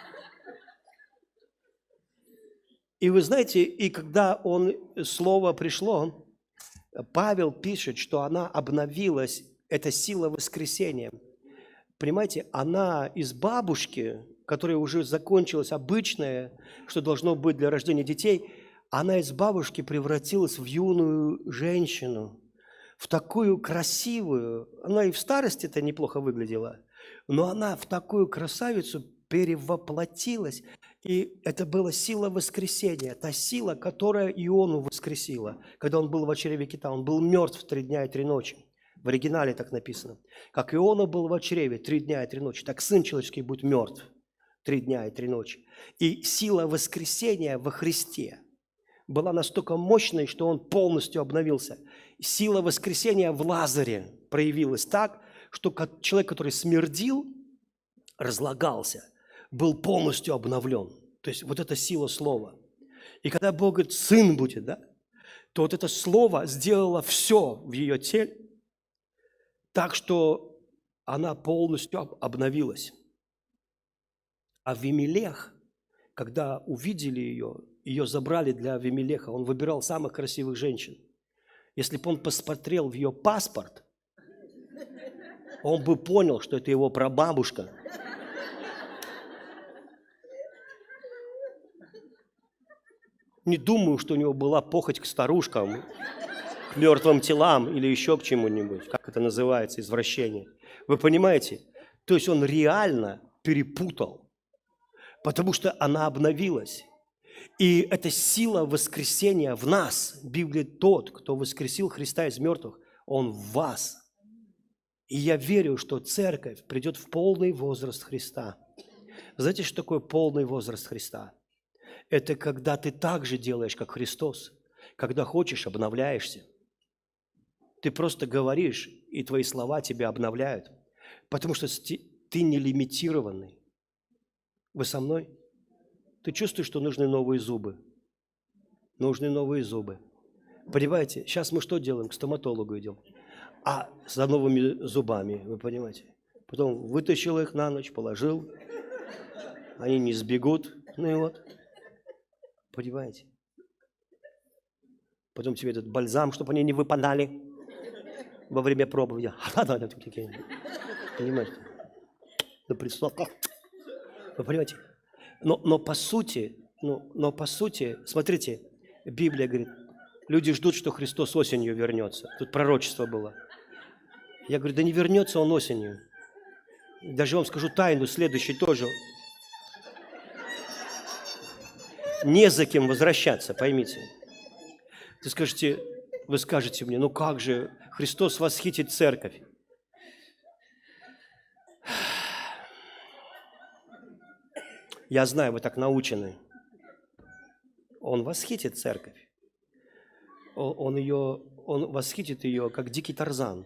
И вы знаете, и когда он, слово пришло, Павел пишет, что она обновилась, это сила воскресения. Понимаете, она из бабушки, которая уже закончилась обычная, что должно быть для рождения детей, она из бабушки превратилась в юную женщину, в такую красивую. Она и в старости-то неплохо выглядела, но она в такую красавицу перевоплотилась. И это была сила воскресения, та сила, которая Иону воскресила, когда он был в чреве кита. Он был мертв три дня и три ночи. В оригинале так написано. Как Иона был в чреве три дня и три ночи, так Сын Человеческий будет мертв три дня и три ночи. И сила воскресения во Христе была настолько мощной, что он полностью обновился. Сила воскресения в Лазаре проявилась так, что человек, который смердил, разлагался, был полностью обновлен. То есть вот эта сила слова. И когда Бог говорит: сын будет, да, то вот это слово сделало все в ее теле, так что она полностью обновилась. А Авимелех, когда увидели ее, ее забрали для Авимелеха, он выбирал самых красивых женщин. Если бы он посмотрел в ее паспорт, он бы понял, что это его прабабушка. Не думаю, что у него была похоть к старушкам, к мертвым телам или еще к чему-нибудь. Как это называется, извращение. Вы понимаете? То есть он реально перепутал, потому что она обновилась. И эта сила воскресения в нас. Библия: тот, кто воскресил Христа из мертвых, он в вас. И я верю, что церковь придет в полный возраст Христа. Знаете, что такое полный возраст Христа? Это когда ты так же делаешь, как Христос. Когда хочешь, обновляешься. Ты просто говоришь, и твои слова тебя обновляют. Потому что ты не лимитированный. Вы со мной? Ты чувствуешь, что нужны новые зубы? Нужны новые зубы. Понимаете, сейчас мы что делаем? К стоматологу идем. А за новыми зубами, вы понимаете? Потом вытащил их на ночь, положил. Они не сбегут. Ну и вот. Понимаете? Потом тебе этот бальзам, чтобы они не выпадали во время проповеди. Понимаете? Ну, представь. Вы понимаете? Но, но по сути, ну, но по сути, смотрите, Библия говорит, люди ждут, что Христос осенью вернется. Тут пророчество было. Я говорю, да не вернется он осенью. Даже вам скажу тайну, следующий тоже. Не за кем возвращаться, поймите. Ты скажете, вы скажете мне, ну как же, Христос восхитит церковь. Я знаю, вы так научены. Он восхитит церковь. Он, он, ее, он восхитит ее, как дикий Тарзан.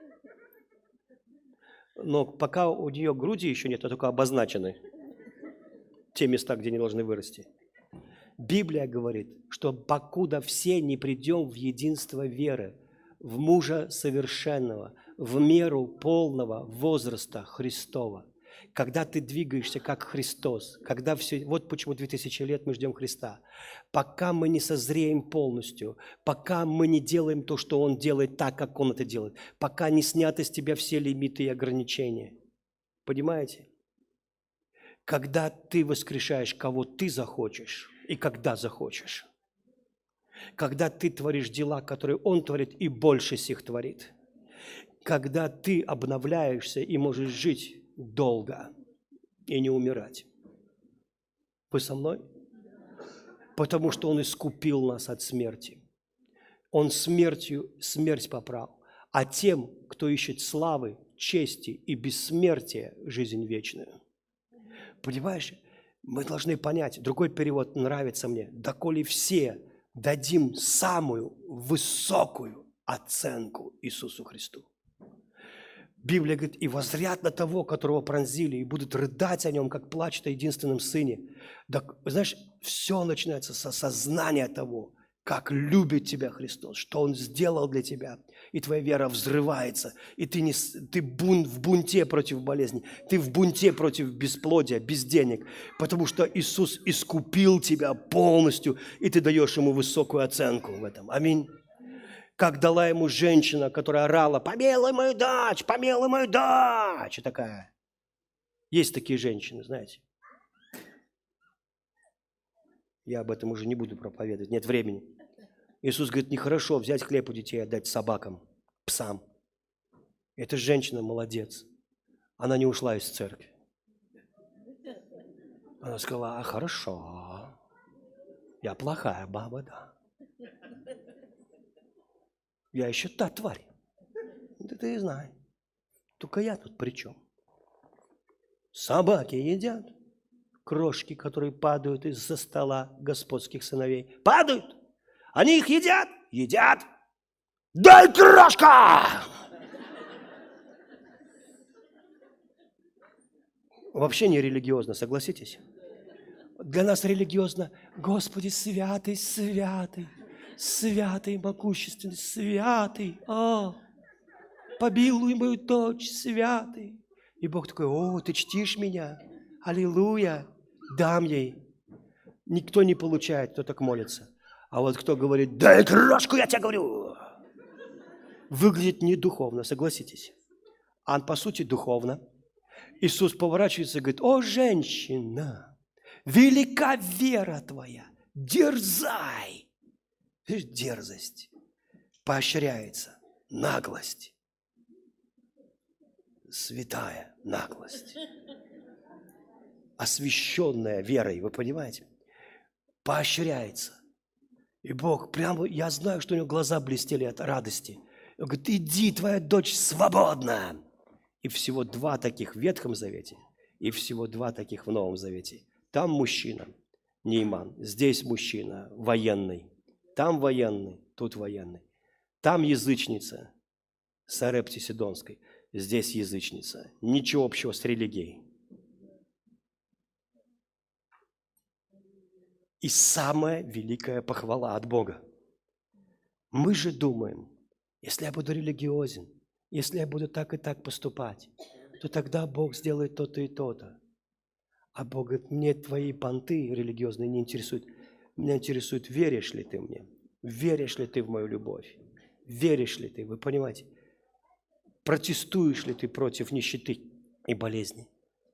Но пока у нее груди еще нет, а только обозначены те места, где не должны вырасти. Библия говорит, что покуда все не придем в единство веры, в мужа совершенного, в меру полного возраста Христова, когда ты двигаешься как Христос, когда все, вот почему две тысячи лет мы ждем Христа, пока мы не созреем полностью, пока мы не делаем то, что Он делает так, как Он это делает, пока не сняты с тебя все лимиты и ограничения. Понимаете? Когда ты воскрешаешь, кого ты захочешь и когда захочешь, когда ты творишь дела, которые Он творит и больше сих творит, когда ты обновляешься и можешь жить долго и не умирать. Вы со мной? Потому что Он искупил нас от смерти. Он смертью смерть поправил. А тем, кто ищет славы, чести и бессмертия, жизнь вечную. Понимаешь? Мы должны понять, другой перевод нравится мне, доколе все дадим самую высокую оценку Иисусу Христу. Библия говорит, и воззрят на того, которого пронзили, и будут рыдать о нем, как плачут о единственном сыне. Так, знаешь, все начинается с осознания того, как любит тебя Христос, что Он сделал для тебя, и твоя вера взрывается, и ты, не, ты бун, в бунте против болезни, ты в бунте против бесплодия, без денег, потому что Иисус искупил тебя полностью, и ты даешь Ему высокую оценку в этом. Аминь. Как дала ему женщина, которая орала, помилуй мою дочь, помилуй мою дочь, и такая. Есть такие женщины, знаете. Я об этом уже не буду проповедовать, нет времени. Иисус говорит, нехорошо взять хлеб у детей и отдать собакам, псам. Эта женщина молодец. Она не ушла из церкви. Она сказала, а хорошо, я плохая баба, да. Я еще та тварь. Да ты и знаешь. Только я тут при чем? Собаки едят. Крошки, которые падают из-за стола господских сыновей. Падают! Они их едят? Едят! Дай крошка! Вообще не религиозно, согласитесь? Для нас религиозно. Господи, святый, святый. Святый, могущественный, святый, а, помилуй мою дочь, святый. И Бог такой, о, ты чтишь меня, аллилуйя, дам ей. Никто не получает, кто так молится. А вот кто говорит, дай крошку, я тебе говорю, выглядит не духовно, согласитесь. а по сути духовно. Иисус поворачивается и говорит: «О, женщина, велика вера твоя, дерзай». Видишь, дерзость поощряется, наглость, святая наглость, освященная верой, вы понимаете, поощряется. И Бог прямо, я знаю, что у него глаза блестели от радости. Он говорит: иди, твоя дочь свободна. И всего два таких в Ветхом Завете, и всего два таких в Новом Завете. Там мужчина, Нейман, здесь мужчина, военный. Там военный, тут военный. Там язычница, Сарепте Сидонской, здесь язычница. Ничего общего с религией. И самая великая похвала от Бога. Мы же думаем, если я буду религиозен, если я буду так и так поступать, то тогда Бог сделает то-то и то-то. А Бог говорит: мне твои понты религиозные не интересуют. Меня интересует, веришь ли ты мне, веришь ли ты в мою любовь, веришь ли ты, вы понимаете, протестуешь ли ты против нищеты и болезни.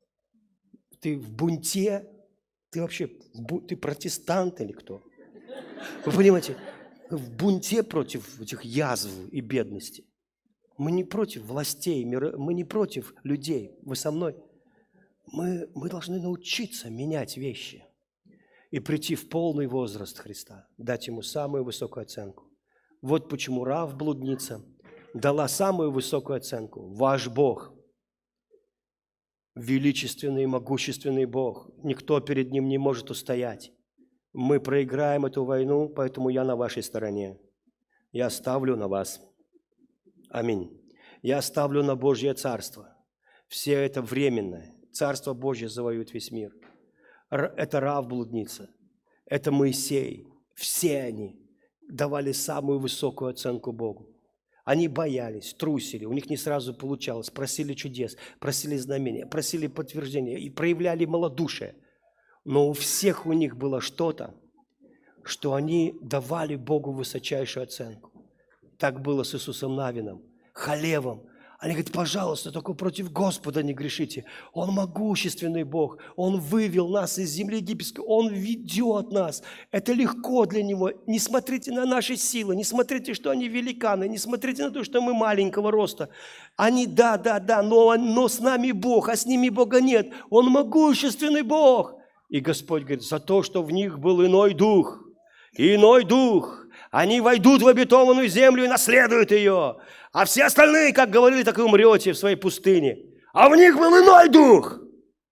Ты в бунте, ты вообще, ты протестант или кто? Вы понимаете, в бунте против этих язв и бедности. Мы не против властей, мы не против людей, вы со мной. Мы, мы должны научиться менять вещи и прийти в полный возраст Христа, дать Ему самую высокую оценку. Вот почему Раав, блудница, дала самую высокую оценку. Ваш Бог, величественный и могущественный Бог, никто перед Ним не может устоять. Мы проиграем эту войну, поэтому я на вашей стороне. Я ставлю на вас. Аминь. Я ставлю на Божье Царство. Все это временное. Царство Божье завоюет весь мир. Это Раав, блудница. Это Моисей. Все они давали самую высокую оценку Богу. Они боялись, трусили, у них не сразу получалось, просили чудес, просили знамения, просили подтверждения и проявляли малодушие. Но у всех у них было что-то, что они давали Богу высочайшую оценку. Так было с Иисусом Навином, Халевом. Они говорят: пожалуйста, только против Господа не грешите. Он могущественный Бог. Он вывел нас из земли египетской. Он ведет нас. Это легко для Него. Не смотрите на наши силы. Не смотрите, что они великаны. Не смотрите на то, что мы маленького роста. Они, да, да, да, но, но с нами Бог, а с ними Бога нет. Он могущественный Бог. И Господь говорит: за то, что в них был иной дух. Иной дух. Они войдут в обетованную землю и наследуют ее. А все остальные, как говорили, так и умрете в своей пустыне. А в них был иной дух.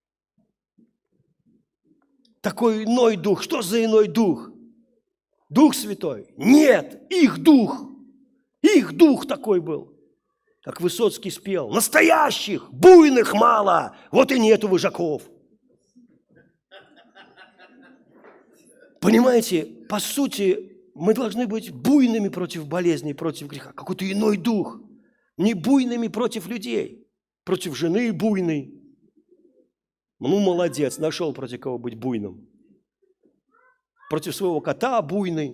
Такой иной дух. Что за иной дух? Дух Святой? Нет, их дух. Их дух такой был. Как Высоцкий спел: настоящих, буйных мало, вот и нету выжаков. Понимаете, по сути, мы должны быть буйными против болезней, против греха. Какой-то иной дух. Не буйными против людей. Против жены буйный. Ну, молодец, нашел против кого быть буйным. Против своего кота буйный.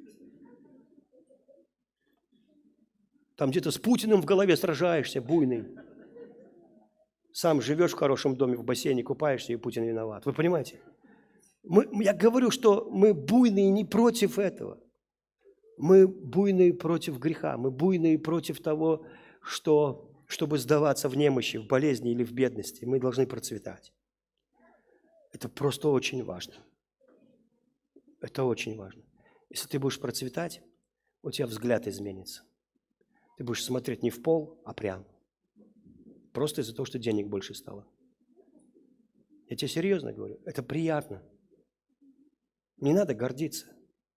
Там где-то с Путиным в голове сражаешься, буйный. Сам живешь в хорошем доме, в бассейне купаешься, и Путин виноват. Вы понимаете? Мы, я говорю, что мы буйные не против этого. Мы буйные против греха. Мы буйные против того, что, чтобы сдаваться в немощи, в болезни или в бедности. Мы должны процветать. Это просто очень важно. Это очень важно. Если ты будешь процветать, у тебя взгляд изменится. Ты будешь смотреть не в пол, а прямо. Просто из-за того, что денег больше стало. Я тебе серьезно говорю. Это приятно. Не надо гордиться.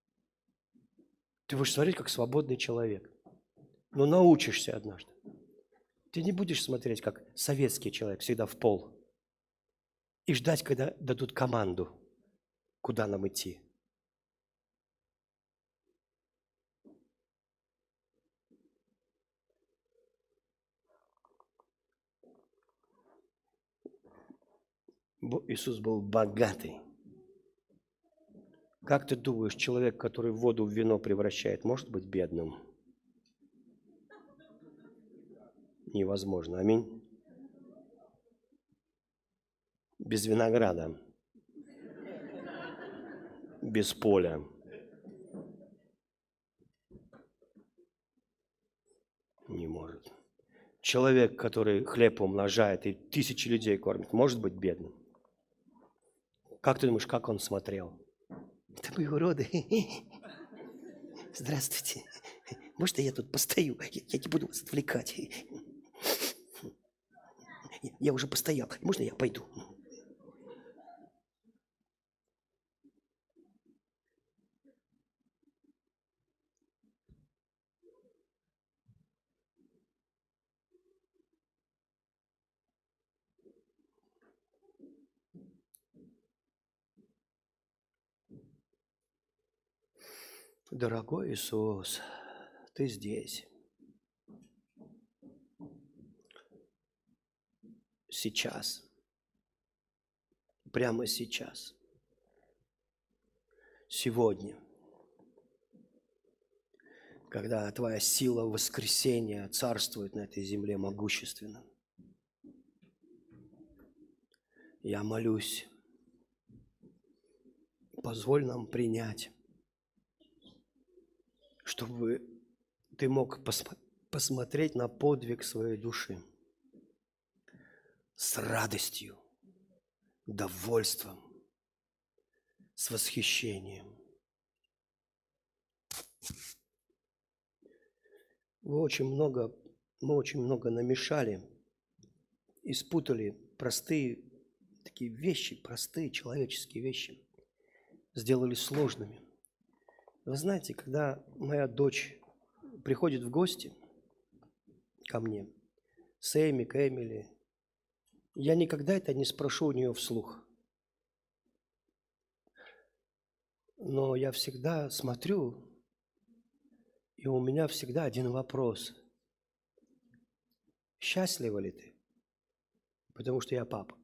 Ты будешь смотреть, как свободный человек. Но научишься однажды. Ты не будешь смотреть, как советский человек, всегда в пол. И ждать, когда дадут команду, куда нам идти. Иисус был богатый. Как ты думаешь, человек, который воду в вино превращает, может быть бедным? Невозможно. Аминь. без винограда, без поля. Не может. Человек, который хлеб умножает и тысячи людей кормит, может быть бедным? Как ты думаешь, как он смотрел? Это вы уроды. Здравствуйте. Может, я тут постою? Я, я не буду вас отвлекать. Я, я уже постоял. Можно я пойду? Дорогой Иисус, Ты здесь. Сейчас. Прямо сейчас. Сегодня. Когда Твоя сила воскресения царствует на этой земле могущественно. Я молюсь, позволь нам принять, чтобы Ты мог посмо- посмотреть на подвиг своей души с радостью, довольством, с восхищением. Вы очень много, мы очень много намешали и спутали простые такие вещи, простые человеческие вещи, сделали сложными. Вы знаете, когда моя дочь приходит в гости ко мне, с Эми, к Эмили, я никогда это не спрошу у нее вслух. Но я всегда смотрю, и у меня всегда один вопрос. Счастлива ли ты? Потому что я папа.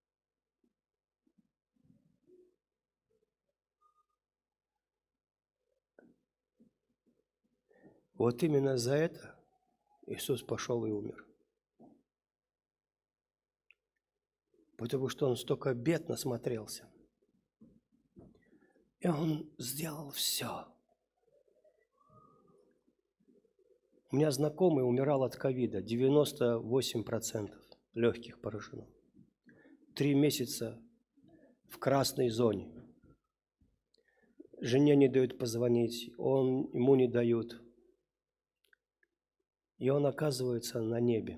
Вот именно за это Иисус пошел и умер. Потому что Он столько бед насмотрелся. И Он сделал все. У меня знакомый умирал от ковида, девяносто восемь процентов легких поражено. Три месяца в красной зоне. Жене не дают позвонить, он, ему не дают. И он оказывается на небе.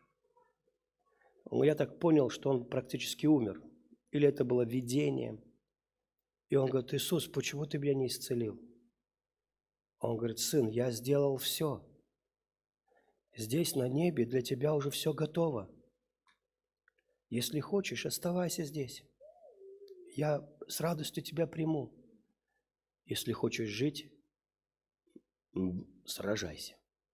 Я так понял, что он практически умер. Или это было видение. И он говорит: Иисус, почему ты меня не исцелил? Он говорит: сын, я сделал все. Здесь, на небе, для тебя уже все готово. Если хочешь, оставайся здесь. Я с радостью тебя приму. Если хочешь жить, сражайся.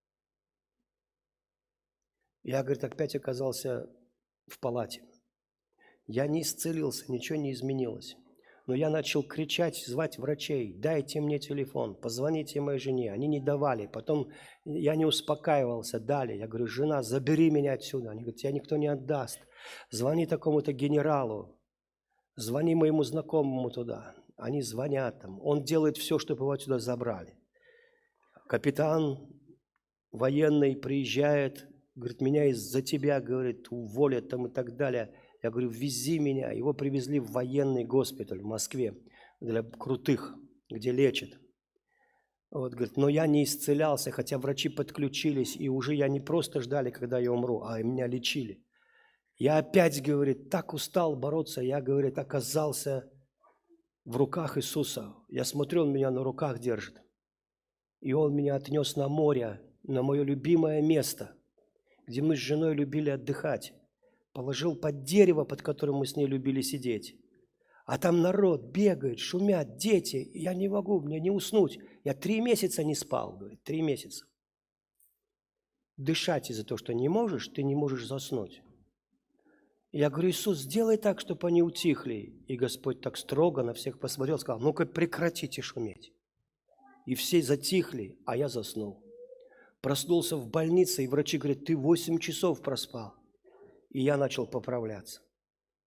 Я, говорит, опять оказался в палате. Я не исцелился, ничего не изменилось. Но я начал кричать, звать врачей: дайте мне телефон, позвоните моей жене. Они не давали. Потом я не успокаивался, дали. Я говорю: жена, забери меня отсюда. Они говорят: тебя никто не отдаст. Звони такому-то генералу, звони моему знакомому туда. Они звонят там. Он делает все, чтобы его отсюда забрали. Капитан военный приезжает, говорит: меня из-за тебя, говорит, уволят там и так далее. Я говорю: вези меня. Его привезли в военный госпиталь в Москве для крутых, где лечат. Вот, говорит, но я не исцелялся, хотя врачи подключились, и уже я не просто ждали, когда я умру, а меня лечили. Я опять, говорит, так устал бороться, я, говорит, оказался в руках Иисуса. Я смотрю, Он меня на руках держит. И Он меня отнес на море, на мое любимое место, где мы с женой любили отдыхать. Положил под дерево, под которым мы с ней любили сидеть. А там народ бегает, шумят, дети. И я не могу, мне не уснуть. Я три месяца не спал, говорит, три месяца. Дышать из-за того, что не можешь, ты не можешь заснуть. Я говорю: Иисус, сделай так, чтобы они утихли. И Господь так строго на всех посмотрел, сказал: ну-ка прекратите шуметь. И все затихли, а я заснул. Проснулся в больнице, и врачи говорят: ты восемь часов проспал. И я начал поправляться.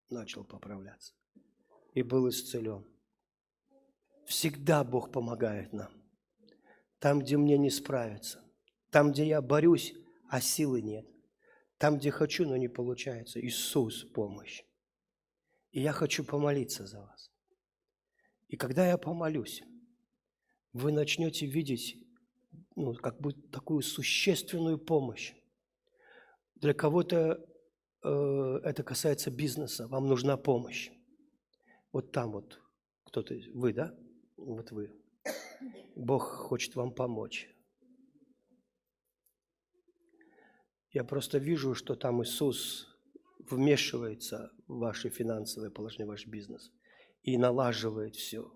начал поправляться и был исцелен. Всегда Бог помогает нам. Там, где мне не справиться, там, где я борюсь, а силы нет, там, где хочу, но не получается, Иисус – помощь. И я хочу помолиться за вас. И когда я помолюсь, вы начнете видеть, ну, как бы такую существенную помощь. Для кого-то э, это касается бизнеса, вам нужна помощь. Вот там вот кто-то, вы, да? Вот вы. Бог хочет вам помочь. Я просто вижу, что там Иисус вмешивается в ваше финансовое положение, в ваш бизнес и налаживает все.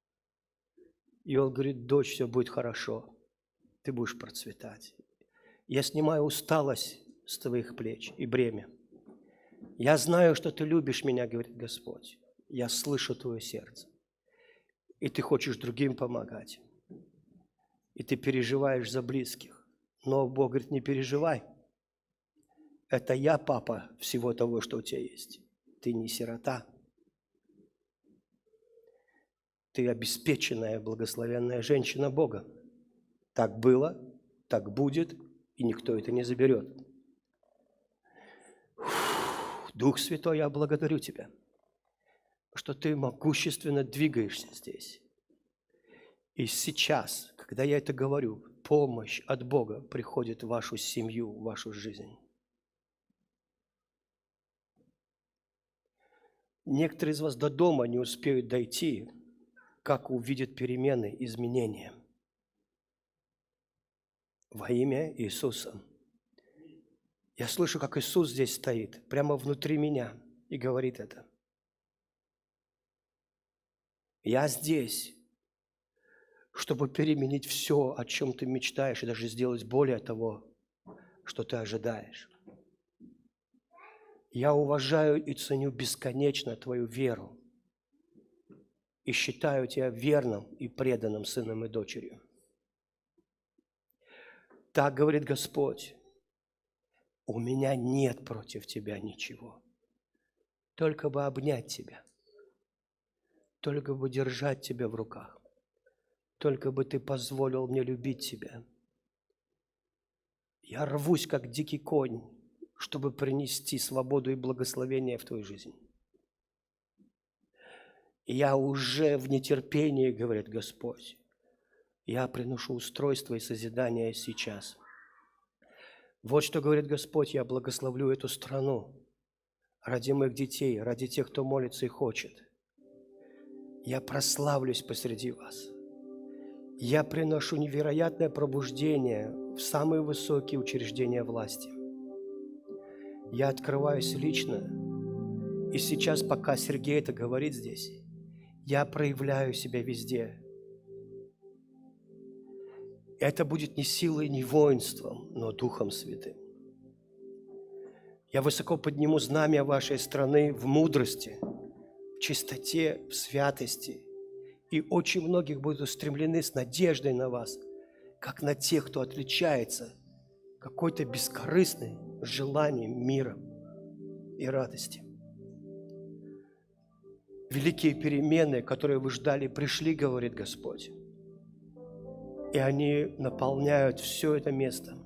И Он говорит: дочь, все будет хорошо, ты будешь процветать. Я снимаю усталость с твоих плеч и бремя. Я знаю, что ты любишь меня, говорит Господь. Я слышу твое сердце. И ты хочешь другим помогать. И ты переживаешь за близких. Но Бог говорит: не переживай. Это я папа всего того, что у тебя есть. Ты не сирота. Ты обеспеченная, благословенная женщина Бога. Так было, так будет, и никто это не заберет. Дух Святой, я благодарю Тебя, что Ты могущественно двигаешься здесь. И сейчас, когда я это говорю, помощь от Бога приходит в вашу семью, в вашу жизнь. Некоторые из вас до дома не успеют дойти, как увидят перемены, изменения. Во имя Иисуса. Я слышу, как Иисус здесь стоит, прямо внутри меня, и говорит это. Я здесь, чтобы переменить все, о чем ты мечтаешь, и даже сделать более того, что ты ожидаешь. Я уважаю и ценю бесконечно твою веру и считаю тебя верным и преданным сыном и дочерью. Так говорит Господь: у меня нет против тебя ничего, только бы обнять тебя, только бы держать тебя в руках, только бы ты позволил мне любить тебя. Я рвусь, как дикий конь, чтобы принести свободу и благословение в твою жизнь. Я уже в нетерпении, говорит Господь. Я приношу устройство и созидание сейчас. Вот что говорит Господь: я благословлю эту страну ради моих детей, ради тех, кто молится и хочет. Я прославлюсь посреди вас. Я приношу невероятное пробуждение в самые высокие учреждения власти. Я открываюсь лично, и сейчас, пока Сергей это говорит здесь, я проявляю себя везде. Это будет не силой, не воинством, но Духом Святым. Я высоко подниму знамя вашей страны в мудрости, в чистоте, в святости. И очень многих будут устремлены с надеждой на вас, как на тех, кто отличается какой-то бескорыстным желанием мира и радости. Великие перемены, которые вы ждали, пришли, говорит Господь. И они наполняют все это место.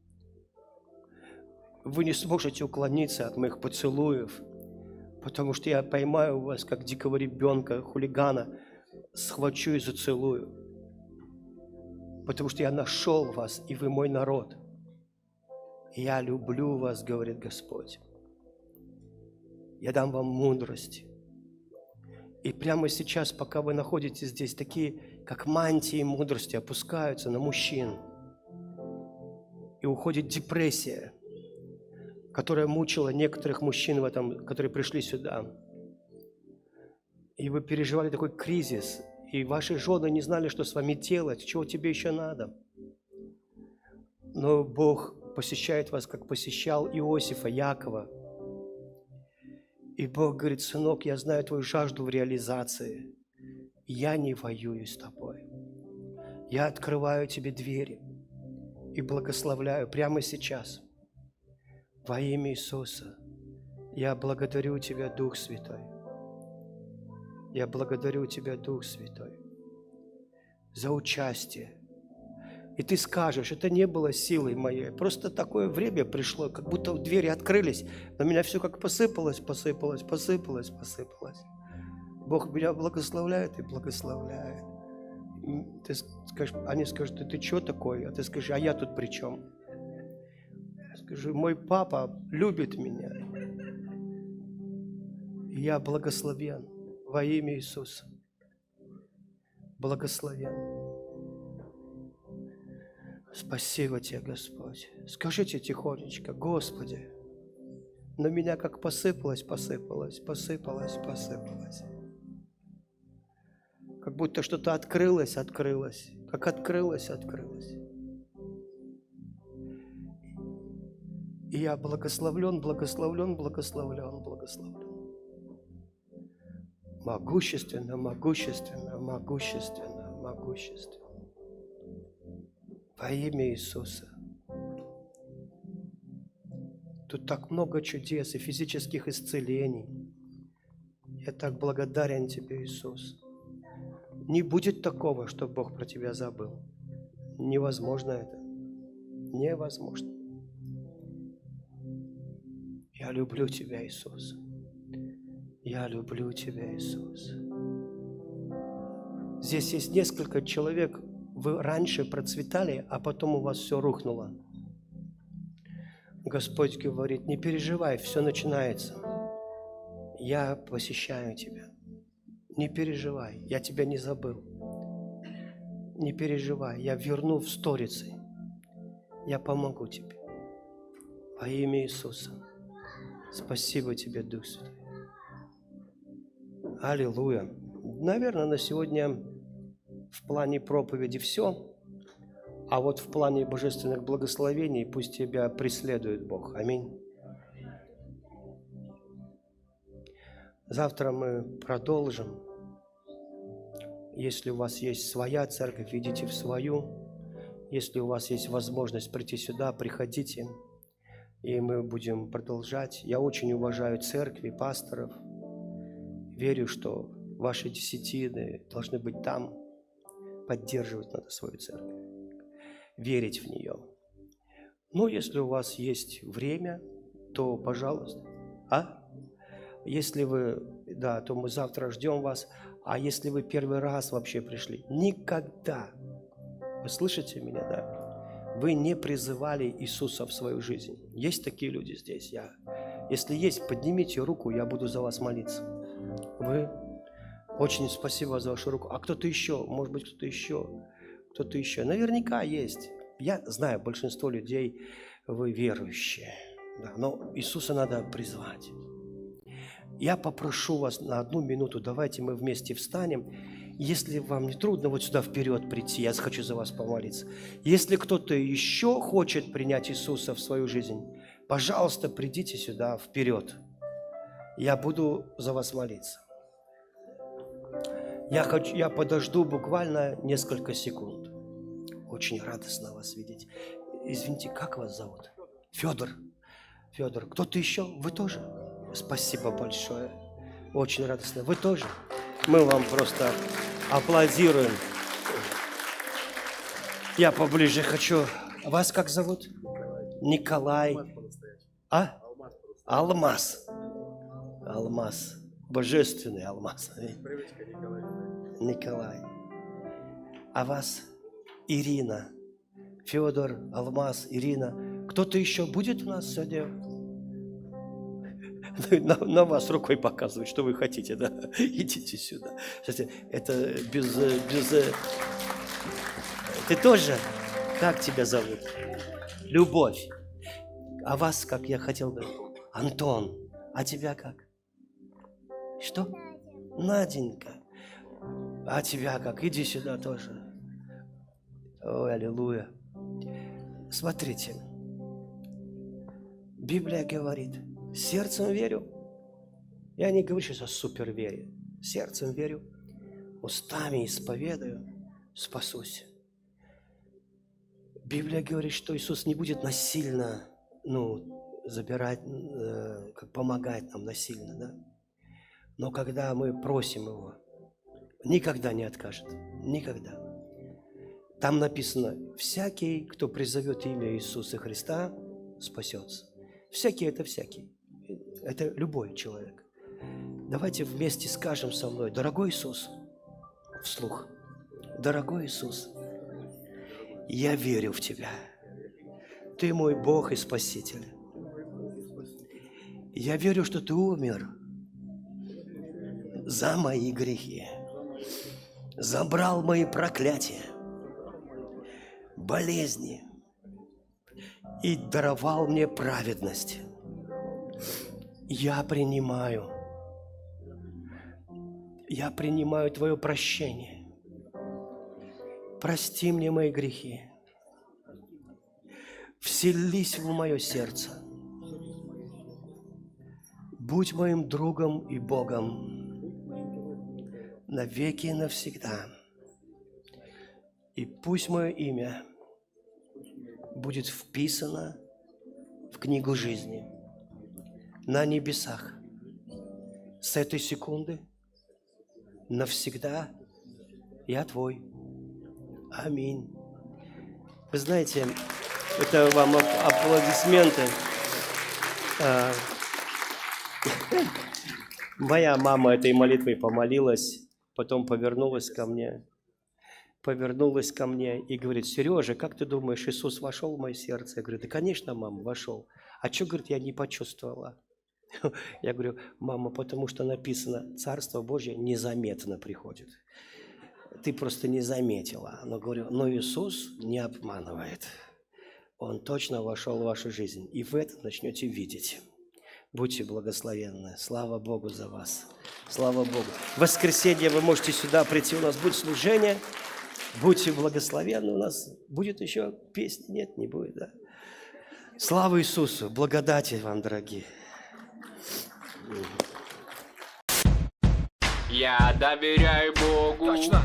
Вы не сможете уклониться от моих поцелуев, потому что я поймаю вас, как дикого ребенка, хулигана, схвачу и зацелую. Потому что я нашел вас, и вы мой народ. Я люблю вас, говорит Господь. Я дам вам мудрость. И прямо сейчас, пока вы находитесь здесь, такие, как мантии мудрости, опускаются на мужчин. И уходит депрессия, которая мучила некоторых мужчин, в этом, которые пришли сюда. И вы переживали такой кризис, и ваши жены не знали, что с вами делать, чего тебе еще надо. Но Бог посещает вас, как посещал Иосифа, Якова. И Бог говорит: сынок, я знаю твою жажду в реализации. Я не воюю с тобой. Я открываю тебе двери и благословляю прямо сейчас. Во имя Иисуса Я благодарю Тебя, Дух Святой. Я благодарю Тебя, Дух Святой, за участие. И ты скажешь, это не было силой моей, просто такое время пришло, как будто двери открылись, на меня все как посыпалось, посыпалось, посыпалось, посыпалось. Бог меня благословляет и благословляет. Ты скажешь, они скажут, ты, ты что такой? А ты скажешь, а я тут при чем? Скажи, мой папа любит меня. И я благословен во имя Иисуса. Благословен. Спасибо Тебе, Господь. Скажите тихонечко, Господи, на меня как посыпалось, посыпалось, посыпалось, посыпалось. Как будто что-то открылось, открылось. Как открылось, открылось. И я благословлен, благословлен, благословлен, благословлен. Могущественно, могущественно, могущественно, могущественно. Во имя Иисуса. Тут так много чудес и физических исцелений. Я так благодарен Тебе, Иисус. Не будет такого, что Бог про Тебя забыл. Невозможно это. Невозможно. Я люблю Тебя, Иисус. Я люблю Тебя, Иисус. Здесь есть несколько человек, вы раньше процветали, а потом у вас все рухнуло. Господь говорит, не переживай, все начинается. Я посещаю тебя. Не переживай, я тебя не забыл. Не переживай, я верну в сторицы. Я помогу тебе. Во имя Иисуса. Спасибо тебе, Дух Святой. Аллилуйя. Наверное, на сегодня в плане проповеди все, а вот в плане божественных благословений пусть тебя преследует Бог. Аминь. Завтра мы продолжим. Если у вас есть своя церковь, идите в свою. Если у вас есть возможность прийти сюда, приходите, и мы будем продолжать. Я очень уважаю церкви, пасторов. Верю, что ваши десятины должны быть там. Поддерживать надо свою церковь, верить в нее. Но если у вас есть время, то, пожалуйста. А? Если вы, да, то мы завтра ждем вас. А если вы первый раз вообще пришли, никогда, вы слышите меня, да? Вы не призывали Иисуса в свою жизнь. Есть такие люди здесь? Я. Если есть, поднимите руку, я буду за вас молиться. Вы? Очень спасибо за вашу руку. А кто-то еще? Может быть, кто-то еще? Кто-то еще? Наверняка есть. Я знаю, большинство людей, вы верующие. Да, но Иисуса надо призвать. Я попрошу вас на одну минуту, давайте мы вместе встанем. Если вам не трудно вот сюда вперед прийти, я хочу за вас помолиться. Если кто-то еще хочет принять Иисуса в свою жизнь, пожалуйста, придите сюда вперед. Я буду за вас молиться. Я, хочу, я подожду буквально несколько секунд. Очень радостно вас видеть. Извините, как вас зовут? Федор. Федор. Кто-то еще? Вы тоже? Спасибо большое. Очень радостно. Вы тоже? Мы вам просто аплодируем. Я поближе хочу. Вас как зовут? Николай. А? Алмаз. Алмаз. Божественный алмаз. Николай. А вас? Ирина. Федор, Алмаз, Ирина. Кто-то еще будет у нас сегодня? На, на вас рукой показывать, что вы хотите, да? Идите сюда. Это без, без... Ты тоже? Как тебя зовут? Любовь. А вас, как я хотел бы? Антон. А тебя как? Что? Наденька. А тебя как? Иди сюда тоже. Ой, аллилуйя. Смотрите. Библия говорит, сердцем верю. Я не говорю сейчас о супервере. Сердцем верю. Устами исповедую. Спасусь. Библия говорит, что Иисус не будет насильно, ну, забирать, э, как помогать нам насильно, да? Но когда мы просим Его, никогда не откажет, никогда. Там написано, всякий, кто призовет имя Иисуса Христа, спасется. Всякий – это всякий, это любой человек. Давайте вместе скажем со мной, дорогой Иисус, вслух, дорогой Иисус, я верю в Тебя. Ты мой Бог и Спаситель. Я верю, что Ты умер за мои грехи, забрал мои проклятия, болезни и даровал мне праведность. Я принимаю, я принимаю Твое прощение. Прости мне мои грехи. Вселись в мое сердце. Будь моим другом и Богом навеки и навсегда. И пусть мое имя будет вписано в книгу жизни на небесах. С этой секунды навсегда я Твой. Аминь. Вы знаете, это вам аплодисменты. Моя мама этой молитвой помолилась, потом повернулась ко мне, повернулась ко мне и говорит: Сережа, как ты думаешь, Иисус вошел в мое сердце? Я говорю: да, конечно, мама, вошел. А что, говорит, я не почувствовала? Я говорю: мама, потому что написано, Царство Божье незаметно приходит. Ты просто не заметила. Но говорю, но Иисус не обманывает. Он точно вошел в вашу жизнь, и вы это начнете видеть. Будьте благословенны. Слава Богу за вас. Слава Богу. В воскресенье вы можете сюда прийти, у нас будет служение. Будьте благословенны. У нас будет еще песни? Нет, не будет, да? Слава Иисусу. Благодати вам, дорогие. Я доверяю Богу. Точно.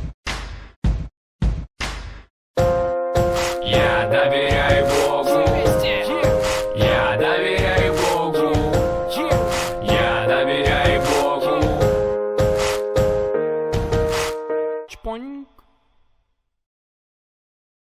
Я доверяю Богу. Я доверяю Богу. Я доверяю Богу. Чпоньк.